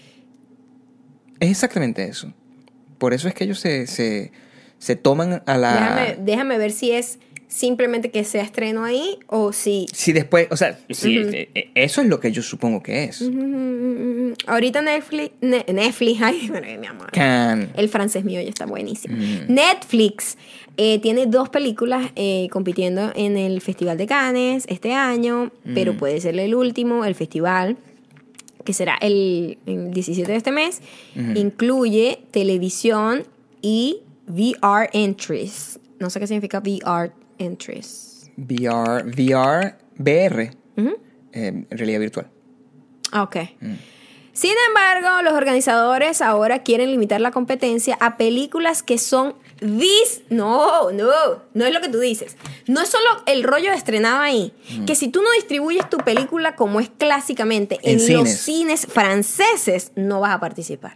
Es exactamente eso. Por eso es que ellos se, se, se toman a la... Déjame, déjame ver si es simplemente que sea estreno ahí o si... Si después, o sea, si, Ujú. eh, eh, eso es lo que yo supongo que es. Mm, ahorita Netflix... Ne- Netflix, ay, bueno, mi amor. Can. El francés mío ya está buenísimo. Mm. Netflix eh, tiene dos películas eh, compitiendo en el Festival de Cannes este año, Mm. pero puede ser el último, el festival, que será el, el diecisiete de este mes. Ujú. Incluye televisión y V R entries. No sé qué significa V R entries. V R, V R, V R, Ujú. eh, realidad virtual. Ah, ok. Sin embargo, los organizadores ahora quieren limitar la competencia a películas que son dis... No, no, no es lo que tú dices. No es solo el rollo estrenado ahí. Que si tú no distribuyes tu película como es clásicamente en, En los cines. cines franceses, no vas a participar.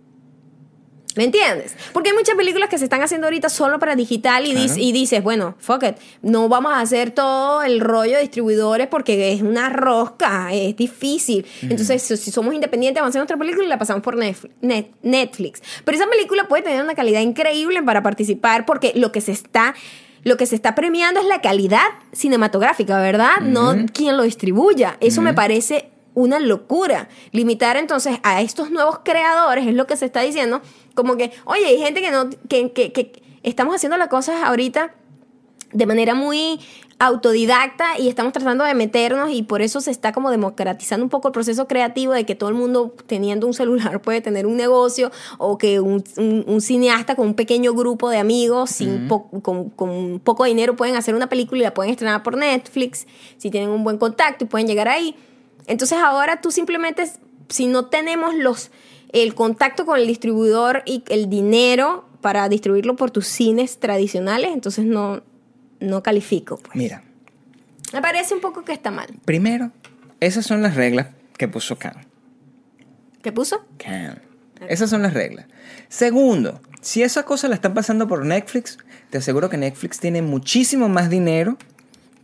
¿Me entiendes? Porque hay muchas películas que se están haciendo ahorita solo para digital y, Claro. dis- y dices, bueno, fuck it, no vamos a hacer todo el rollo de distribuidores porque es una rosca, es difícil. Entonces, si, si somos independientes, vamos a hacer nuestra película y la pasamos por Netf- Net- Netflix. Pero esa película puede tener una calidad increíble para participar porque lo que se está... Lo que se está premiando es la calidad cinematográfica, ¿verdad? No quien lo distribuya. Eso me parece una locura. Limitar entonces a estos nuevos creadores es lo que se está diciendo. Como que, oye, hay gente que no, que, que, que estamos haciendo las cosas ahorita de manera muy autodidacta y estamos tratando de meternos y por eso se está como democratizando un poco el proceso creativo de que todo el mundo teniendo un celular puede tener un negocio o que un, un, un cineasta con un pequeño grupo de amigos sin po- con, con poco dinero pueden hacer una película y la pueden estrenar por Netflix si tienen un buen contacto y pueden llegar ahí. Entonces ahora tú simplemente, si no tenemos los el contacto con el distribuidor y el dinero para distribuirlo por tus cines tradicionales, entonces no, no califico. Pues. Mira, Me parece un poco que está mal. primero, esas son las reglas que puso Cannes. ¿Qué puso? Cannes. Esas son las reglas. Segundo, si esa cosa la están pasando por Netflix, te aseguro que Netflix tiene muchísimo más dinero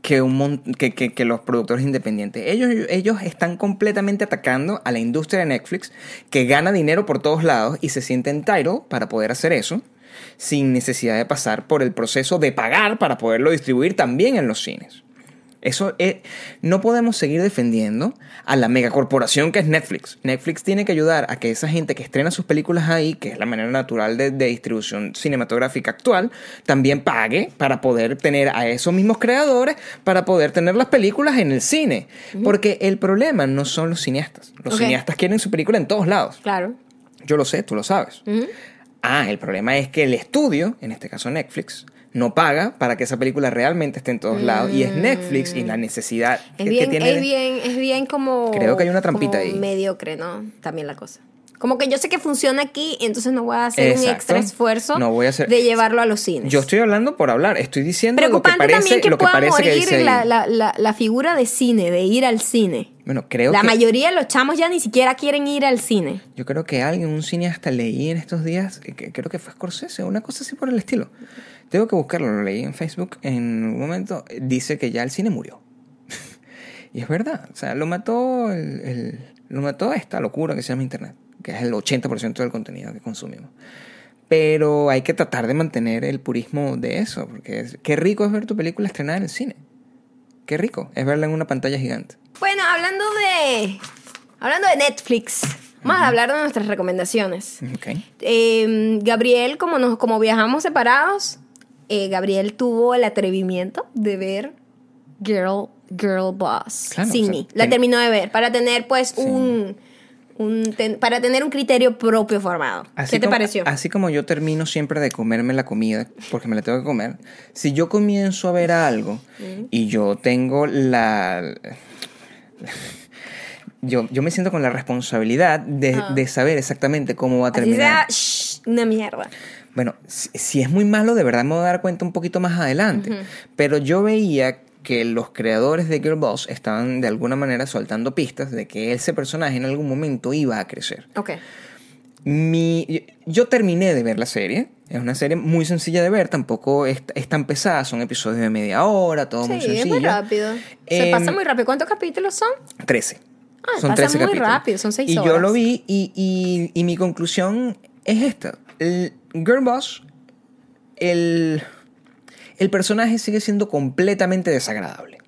que, un mon- que, que, que los productores independientes. Ellos, ellos están completamente atacando a la industria de Netflix, que gana dinero por todos lados y se siente entitled para poder hacer eso, sin necesidad de pasar por el proceso de pagar para poderlo distribuir también en los cines. Eso es, no podemos seguir defendiendo a la megacorporación que es Netflix. Netflix tiene que ayudar a que esa gente que estrena sus películas ahí, que es la manera natural de, de distribución cinematográfica actual, también pague para poder tener a esos mismos creadores, para poder tener las películas en el cine. Uh-huh. Porque el problema no son los cineastas. Los okay. cineastas quieren su película en todos lados. Claro. Yo lo sé, tú lo sabes. Uh-huh. Ah, el problema es que el estudio, en este caso Netflix, no paga para que esa película realmente esté en todos mm. lados, y es Netflix y la necesidad es que, bien, que tiene. Es bien, es bien como. Creo que hay una trampita ahí. Mediocre, ¿no? También la cosa. Como que yo sé que funciona aquí, entonces no voy a hacer Exacto. un extra esfuerzo no voy a hacer... de llevarlo a los cines. Yo estoy hablando por hablar, estoy diciendo lo que Preocupante parece, también que lo que pueda parece que morir dice la, ahí. la, la, la figura de cine, de ir al cine. Bueno, creo la que... mayoría de los chamos ya ni siquiera quieren ir al cine. Yo creo que alguien, un cineasta, leí en estos días, que creo que fue Scorsese, una cosa así por el estilo. Tengo que buscarlo, lo leí en Facebook en un momento, dice que ya el cine murió. Y es verdad, o sea, lo mató, el, el, lo mató esta locura que se llama Internet, que es el ochenta por ciento del contenido que consumimos. Pero hay que tratar de mantener el purismo de eso, porque es, qué rico es ver tu película estrenada en el cine. Qué rico es verla en una pantalla gigante. Bueno, hablando de hablando de Netflix, vamos uh-huh. a hablar de nuestras recomendaciones. Okay. Eh, Gabriel, como, nos, como viajamos separados, eh, Gabriel tuvo el atrevimiento de ver Girl, Girl Boss, claro, sin o sea, mí. La ten... terminó de ver para tener pues sí. un... Un ten, para tener un criterio propio formado. Así ¿Qué te como, pareció? Así como yo termino siempre de comerme la comida, porque me la tengo que comer, si yo comienzo a ver algo mm. y yo tengo la... Yo, yo me siento con la responsabilidad de, uh. de saber exactamente cómo va a terminar. Así sea, shh, una mierda. Bueno, si, si es muy malo, de verdad me voy a dar cuenta un poquito más adelante. Uh-huh. Pero yo veía que los creadores de Girl Boss estaban de alguna manera soltando pistas de que ese personaje en algún momento iba a crecer. Ok. Mi, yo, yo terminé de ver la serie. Es una serie muy sencilla de ver, tampoco es, es tan pesada, son episodios de media hora, todo sí, muy sencillo. Sí, es muy rápido. Se eh, pasa muy rápido. ¿Cuántos capítulos son? trece. Ah, son pasa trece muy capítulos. rápido, son seis y horas. Y yo lo vi y, y, y mi conclusión es esta. El Girl Boss, el... El personaje sigue siendo completamente desagradable.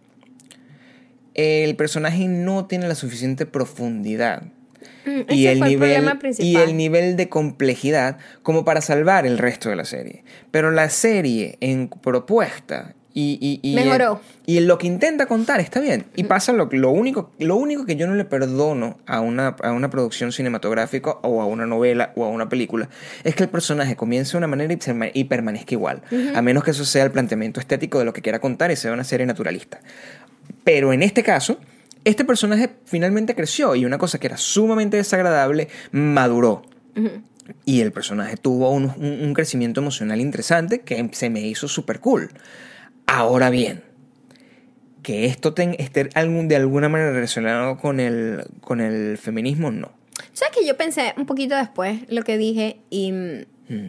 El personaje no tiene la suficiente profundidad mm, y, ese el fue nivel, el problema principal. y el nivel de complejidad como para salvar el resto de la serie. Pero la serie en propuesta y, y, y, mejoró. Y en lo que intenta contar está bien. Y pasa lo, lo, único, lo único que yo no le perdono a una, a una producción cinematográfica o a una novela o a una película es que el personaje comience de una manera y, y permanezca igual. Uh-huh. A menos que eso sea el planteamiento estético de lo que quiera contar y sea una serie naturalista. Pero en este caso, este personaje finalmente creció y una cosa que era sumamente desagradable maduró. Uh-huh. Y el personaje tuvo un, un, un crecimiento emocional interesante que se me hizo súper cool. Ahora bien, que esto ten, esté algún, de alguna manera relacionado con el, con el feminismo, no. ¿Sabes que yo pensé un poquito después lo que dije? Y hmm.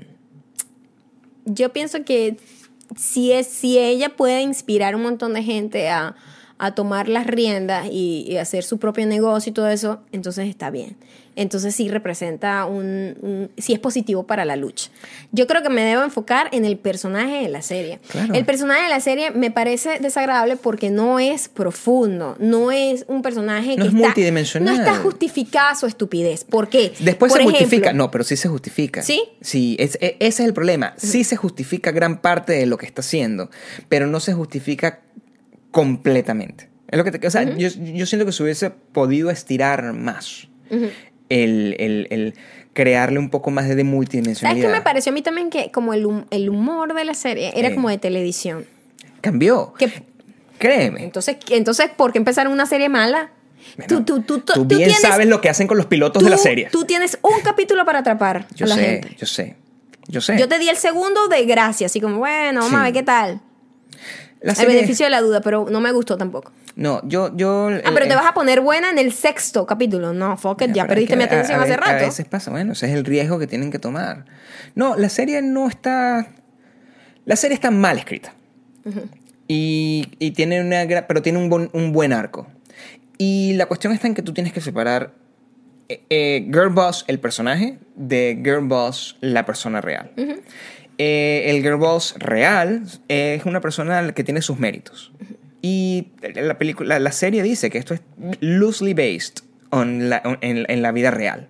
yo pienso que si, es, si ella puede inspirar a un montón de gente a, a tomar las riendas y, y hacer su propio negocio y todo eso, entonces está bien. Entonces sí representa un, un... sí es positivo para la lucha. Yo creo que me debo enfocar en el personaje de la serie. Claro. El personaje de la serie me parece desagradable porque no es profundo. No es un personaje no que es está... multidimensional. No está justificada su estupidez. ¿Por qué? Después Por se ejemplo, justifica. No, pero sí se justifica. ¿Sí? Sí, es, es, ese es el problema. Sí uh-huh. se justifica gran parte de lo que está haciendo, pero no se justifica completamente. Es lo que te, o sea, uh-huh. yo, yo siento que se hubiese podido estirar más. Uh-huh. El, el, el crearle un poco más de multidimensionalidad. ¿Sabes qué me pareció a mí también? Que como el, hum- el humor de la serie era eh, como de televisión. Cambió. Que, Créeme. Entonces, entonces, ¿por qué empezar una serie mala? Bueno, tú, tú, tú, tú, tú bien tienes, sabes lo que hacen con los pilotos tú, de la serie. Tú tienes un capítulo para atrapar yo a la sé, gente. Yo sé, yo sé. Yo te di el segundo de gracia, así como, bueno, vamos sí. a ver qué tal. La serie... El beneficio de la duda, pero no me gustó tampoco. No, yo... yo ah, el, pero te vas a poner buena en el sexto capítulo. No, fuck it, ya, ya perdiste mi atención a, a hace ver, rato. A veces pasa, bueno, ese es el riesgo que tienen que tomar. No, la serie no está... La serie está mal escrita. Uh-huh. Y, y tiene una gra- pero tiene un, bon- un buen arco. Y la cuestión está en que tú tienes que separar eh, eh, Girl Boss, el personaje, de Girl Boss, la persona real. Uh-huh. Eh, el Girl Boss real es una persona que tiene sus méritos. Uh-huh. Y la, película, la serie dice que esto es loosely based on la, on, en, en la vida real.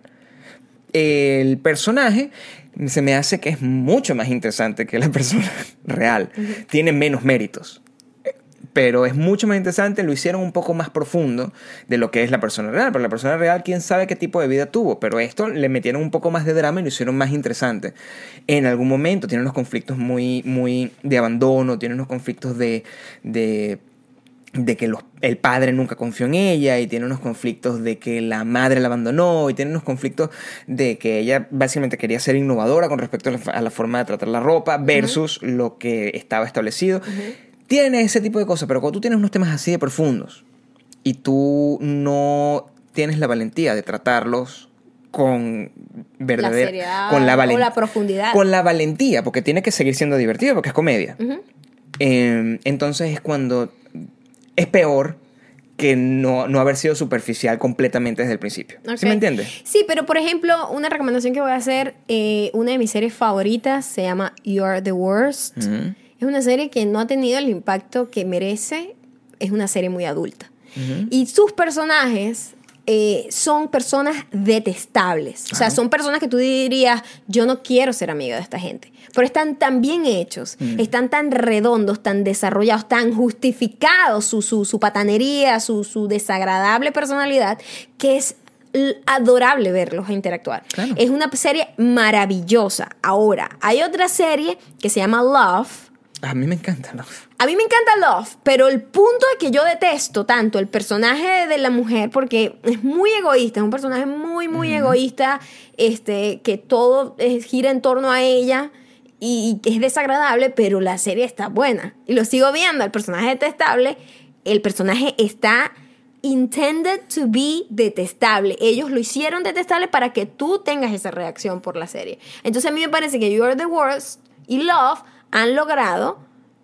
El personaje se me hace que es mucho más interesante que la persona real. Uh-huh. Tiene menos méritos, pero es mucho más interesante. Lo hicieron un poco más profundo de lo que es la persona real. Pero la persona real, quién sabe qué tipo de vida tuvo. Pero esto le metieron un poco más de drama y lo hicieron más interesante. En algún momento tiene unos conflictos muy, muy de abandono, tiene unos conflictos de... de de que los, el padre nunca confió en ella, y tiene unos conflictos de que la madre la abandonó, y tiene unos conflictos de que ella básicamente quería ser innovadora con respecto a la, a la forma de tratar la ropa versus uh-huh. lo que estaba establecido. Uh-huh. Tiene ese tipo de cosas, pero cuando tú tienes unos temas así de profundos y tú no tienes la valentía de tratarlos con verdadera, la seriedad, con la valen- o la profundidad, con la valentía, porque tiene que seguir siendo divertido porque es comedia. Uh-huh. Eh, entonces es cuando es peor que no, no haber sido superficial completamente desde el principio. Okay. ¿Sí me entiendes? Sí, pero por ejemplo, una recomendación que voy a hacer, eh, una de mis series favoritas se llama You Are the Worst. Uh-huh. Es una serie que no ha tenido el impacto que merece. Es una serie muy adulta. Uh-huh. Y sus personajes eh, son personas detestables. Uh-huh. O sea, son personas que tú dirías, yo no quiero ser amiga de esta gente. Pero están tan bien hechos, uh-huh. están tan redondos, tan desarrollados, tan justificados su, su, su patanería, su, su desagradable personalidad, que es adorable verlos interactuar. Claro. Es una serie maravillosa. Ahora, hay otra serie que se llama Love. A mí me encanta Love. A mí me encanta Love, pero el punto es que yo detesto tanto el personaje de la mujer porque es muy egoísta, es un personaje muy, muy uh-huh. egoísta, este, que todo es, gira en torno a ella y, y es desagradable, pero la serie está buena. Y lo sigo viendo, el personaje detestable, el personaje está intended to be detestable. Ellos lo hicieron detestable para que tú tengas esa reacción por la serie. Entonces a mí me parece que You Are the Worst y Love han logrado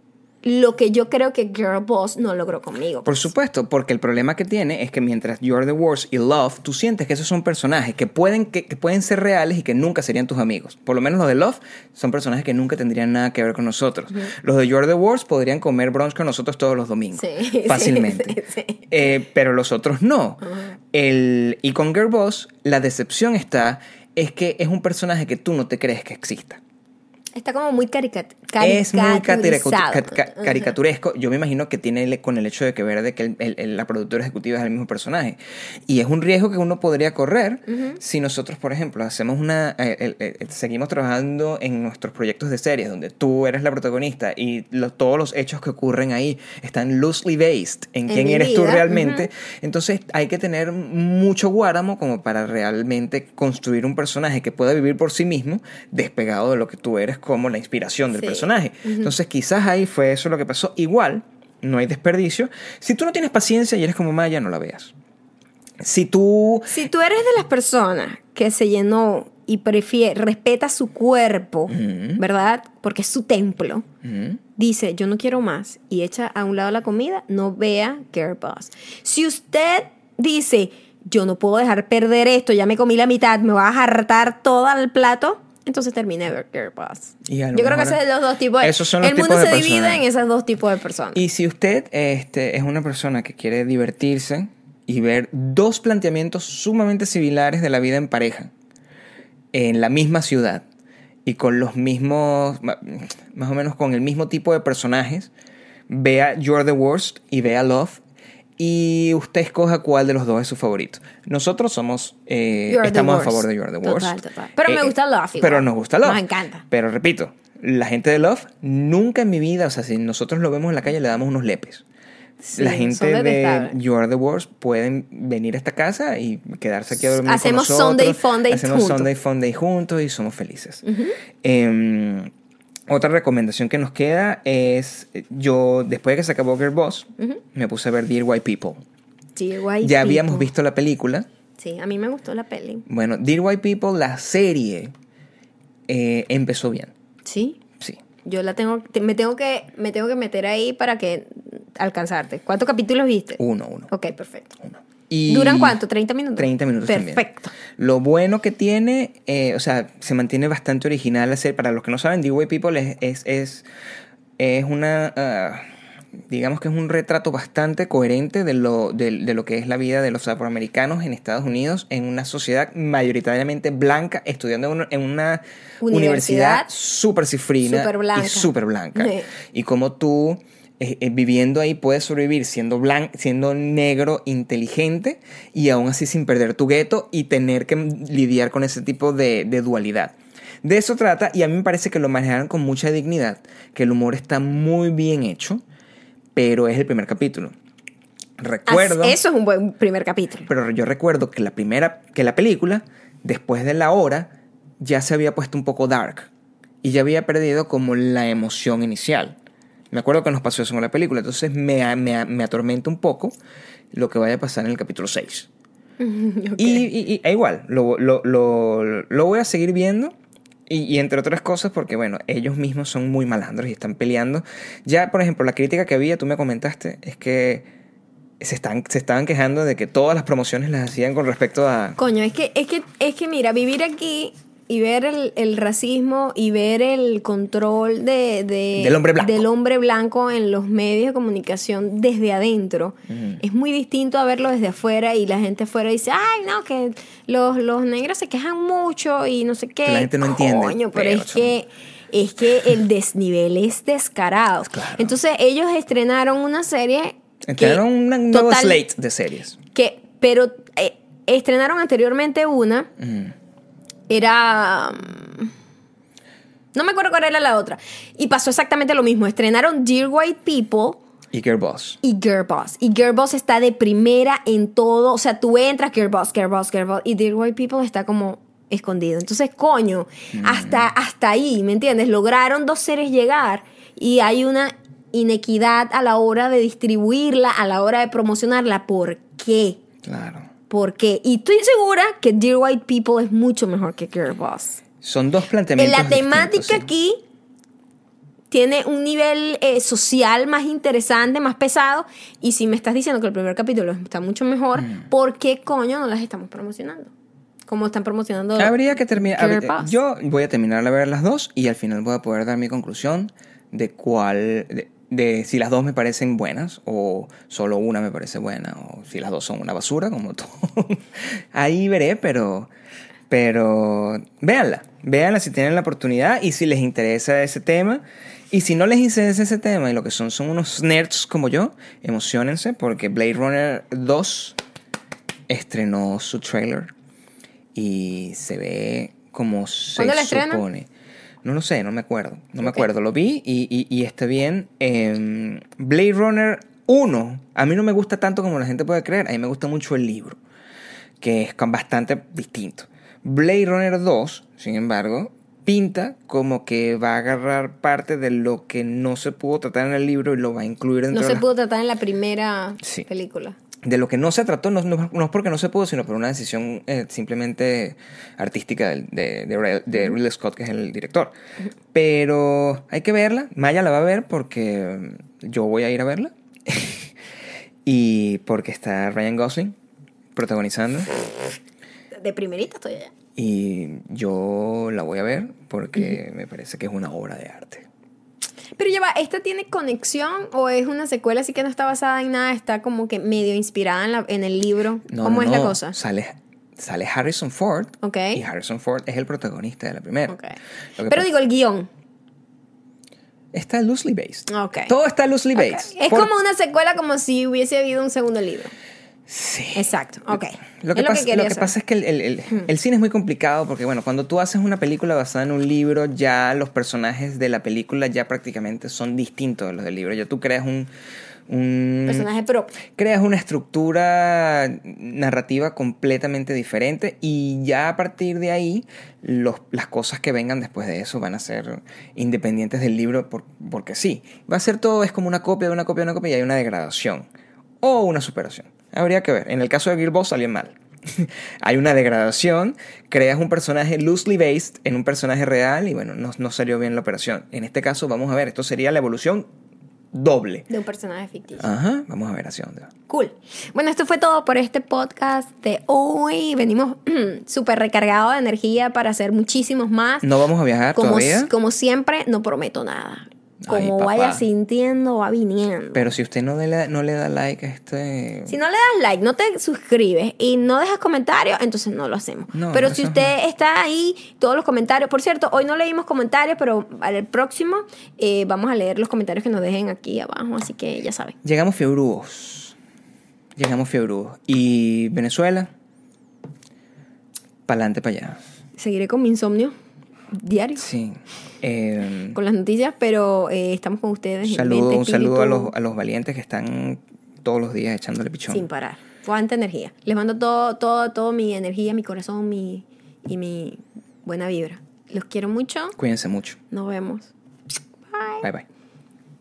lo que yo creo que Girl Boss no logró conmigo. Por supuesto, porque el problema que tiene es que mientras You Are the Worst y Love, tú sientes que esos son personajes que pueden, que, que pueden ser reales y que nunca serían tus amigos. Por lo menos los de Love son personajes que nunca tendrían nada que ver con nosotros. Uh-huh. Los de You Are the Worst podrían comer brunch con nosotros todos los domingos. Sí, fácilmente. Sí, sí. Eh, pero los otros no. Uh-huh. El, y con Girl Boss, la decepción está es que es un personaje que tú no te crees que exista. Está como muy caricat- es muy caricaturizado. Carica- ca- caricaturesco. Yo me imagino que tiene con el hecho de que ver de que el, el, el, la productora ejecutiva es el mismo personaje. Y es un riesgo que uno podría correr uh-huh. si nosotros, por ejemplo, hacemos una eh, eh, eh, seguimos trabajando en nuestros proyectos de series donde tú eres la protagonista y lo, todos los hechos que ocurren ahí están loosely based en, en quién eres vida. Tú realmente. Uh-huh. Entonces hay que tener mucho guáramo como para realmente construir un personaje que pueda vivir por sí mismo despegado de lo que tú eres como la inspiración del sí. personaje. Uh-huh. Entonces quizás ahí fue eso lo que pasó. Igual, no hay desperdicio. Si tú no tienes paciencia y eres como Maya, no la veas. Si tú... Si tú eres de las personas que se llenó y prefiere, respeta su cuerpo, uh-huh. ¿verdad? Porque es su templo. Uh-huh. Dice, yo no quiero más y echa a un lado la comida, no vea Girl Boss. Si usted dice, yo no puedo dejar perder esto, ya me comí la mitad, me va a hartar todo el plato, entonces terminé de ver Girl Boss. Yo creo que esos son los dos tipos de, esos son los el tipos mundo de se personas. divide en esos dos tipos de personas. Y si usted este, es una persona que quiere divertirse y ver dos planteamientos sumamente similares de la vida en pareja en la misma ciudad y con los mismos, más o menos con el mismo tipo de personajes, vea You Are the Worst y vea Love y usted escoja cuál de los dos es su favorito. Nosotros somos eh, estamos a favor de You Are the Worst. Total, total. Pero eh, me gusta Love igual. Pero nos gusta Love. Nos encanta. Pero repito, la gente de Love nunca en mi vida, o sea, si nosotros lo vemos en la calle le damos unos lepes. Sí, la gente de You Are the Worst pueden venir a esta casa y quedarse aquí a dormir hacemos con nosotros. Sunday Fun Day hacemos juntos. Sunday Fun Day juntos y somos felices. Uh-huh. Eh, otra recomendación que nos queda es, yo después de que se acabó Girl Boss, uh-huh. me puse a ver Dear White People. Dear White ya People. habíamos visto la película. Sí, a mí me gustó la peli. Bueno, Dear White People, la serie, eh, empezó bien. ¿Sí? Sí. yo la tengo, te- me tengo que, me tengo que meter ahí para que alcanzarte. ¿Cuántos capítulos viste? Uno, uno. Ok, perfecto. uno. Y ¿Duran cuánto? ¿treinta minutos? treinta minutos también. Perfecto. Lo bueno que tiene, eh, o sea, se mantiene bastante original la serie. Para los que no saben, Dear White People es, es, es, es una... Uh, digamos que es un retrato bastante coherente de lo, de, de lo que es la vida de los afroamericanos en Estados Unidos, en una sociedad mayoritariamente blanca, estudiando en una, en una universidad súper cifrina Súper blanca. y súper blanca. Sí. Y como tú, eh, eh, viviendo ahí, puedes sobrevivir siendo, blan- siendo negro, inteligente, y aún así sin perder tu gueto y tener que lidiar con ese tipo de, de dualidad. De eso trata, y a mí me parece que lo manejaron con mucha dignidad, que el humor está muy bien hecho, pero es el primer capítulo. Recuerdo... As- Eso es un buen primer capítulo. Pero yo recuerdo que la primera, que la película, después de la hora, ya se había puesto un poco dark. Y ya había perdido como la emoción inicial. Me acuerdo que nos pasó eso con la película. Entonces me, me, me atormenta un poco lo que vaya a pasar en el capítulo seis. Okay. Y, y, y e igual, lo, lo, lo, lo voy a seguir viendo. Y, y entre otras cosas porque, bueno, ellos mismos son muy malandros y están peleando. Ya, por ejemplo, la crítica que había, tú me comentaste, es que se, están, se estaban quejando de que todas las promociones las hacían con respecto a... Coño, es que, es que, es que mira, vivir aquí y ver el, el racismo y ver el control de, de- Del hombre blanco. del hombre blanco en los medios de comunicación desde adentro Ujú. es muy distinto a verlo desde afuera, y la gente afuera dice, ay, no, que los, los negros se quejan mucho y no sé qué. Que la gente no entiende, Coño, pero pero es que, es que el desnivel es descarado. Claro. Entonces ellos estrenaron una serie... que Estrenaron un nuevo total- slate de series. que, pero eh, estrenaron anteriormente una, Ujú. era... mm, no me acuerdo cuál era la otra. Y pasó exactamente lo mismo. Estrenaron Dear White People Y Girl Boss. y Girl Boss. Y Girl Boss está de primera en todo. O sea, tú entras, Girl Boss, Girl Boss, Girl Boss. Y Dear White People está como escondido. Entonces, coño, hasta, hasta ahí, ¿me entiendes? Lograron dos series llegar y hay una inequidad a la hora de distribuirla, a la hora de promocionarla. ¿Por qué? Claro. ¿Por qué? Y estoy segura que Dear White People es mucho mejor que Girl Boss. Son dos En planteamientos la temática distintos, sí. aquí tiene un nivel eh, social más interesante, más pesado. Y si me estás diciendo que el primer capítulo está mucho mejor, Mm. ¿por qué coño no las estamos promocionando? Como están promocionando Habría que terminar. Girl habría- Boss. Yo voy a terminar de ver las dos y al final voy a poder dar mi conclusión de cuál. De, de si las dos me parecen buenas o solo una me parece buena o si las dos son una basura, como todo. Ahí veré, pero. Pero. Véanla. Véanla si tienen la oportunidad y si les interesa ese tema. Y si no les interesa ese tema y lo que son son unos nerds como yo, emocionense porque Blade Runner dos estrenó su trailer y se ve como se ¿Cuándo la estrena? supone. No lo sé, no me acuerdo. No me Ok. acuerdo. Lo vi y, y, y está bien. Eh, Blade Runner uno, a mí no me gusta tanto como la gente puede creer. A mí me gusta mucho el libro, que es con- bastante distinto. Blade Runner dos, sin embargo, pinta como que va a agarrar parte de lo que no se pudo tratar en el libro y lo va a incluir dentro No de se las- pudo tratar en la primera Sí. película. de lo que no se trató, no, no, no es porque no se pudo, sino por una decisión eh, simplemente artística del- de, de, Re- de Ridley Scott, que es el director. Pero hay que verla. Maya la va a ver porque yo voy a ir a verla. Y porque está Ryan Gosling protagonizando. De primerita estoy allá. Y yo la voy a ver porque me parece que es una obra de arte. Pero ya va, ¿esta tiene conexión o es una secuela así que no está basada en nada? Está como que medio inspirada en, la- en el libro. No, ¿Cómo no, es la no. cosa? Sale, sale Harrison Ford. Ok. Y Harrison Ford es el protagonista de la primera. Ok. Lo que Pero pasa- digo, el guión. Está loosely based. Ok. Todo está loosely Ok. based. Es Por- como una secuela, como si hubiese habido un segundo libro. Sí. Exacto, ok. Lo que, Es pasa, quería lo que saber. pasa es que el, el- el- el cine es muy complicado porque, bueno, cuando tú haces una película basada en un libro, ya los personajes de la película ya prácticamente son distintos de los del libro. Ya tú creas un... un Personaje propio. creas una estructura narrativa completamente diferente y ya a partir de ahí los, las cosas que vengan después de eso van a ser independientes del libro por- porque sí. Va a ser todo, es como una copia de una copia de una copia y hay una degradación o una superación. Habría que ver. En el caso de Girl Boss salió mal. hay una degradación, creas un personaje loosely based en un personaje real y bueno, no, no salió bien la operación. En este caso, vamos a ver, esto sería la evolución doble. De un personaje ficticio. Ajá, vamos a ver hacia dónde va. Cool. Bueno, esto fue todo por este podcast de hoy. Venimos súper recargados de energía para hacer muchísimos más. No vamos a viajar como, todavía. Como siempre, no prometo nada. Ay, Como papá. vaya sintiendo, va viniendo. Pero si usted no le, no le da like a este... Si no le das like, no te suscribes y no dejas comentarios, entonces no lo hacemos. No, pero no, si eso usted está ahí, todos los comentarios. Por cierto, hoy no leímos comentarios, pero al próximo eh, vamos a leer los comentarios que nos dejen aquí abajo. Así que ya saben. Llegamos fiebrudos. Llegamos fiebrudos. Y Venezuela, pa'lante para allá. Seguiré con mi insomnio diario. Sí. Eh, Con las noticias, pero eh, estamos con ustedes. un en saludo, mente, un saludo a espíritu, los, a los valientes que están todos los días echándole pichón. sin parar. Cuánta energía. Les mando todo, todo, todo mi energía, mi corazón, mi y mi buena vibra. Los quiero mucho. Cuídense mucho. Nos vemos. Bye. Bye bye.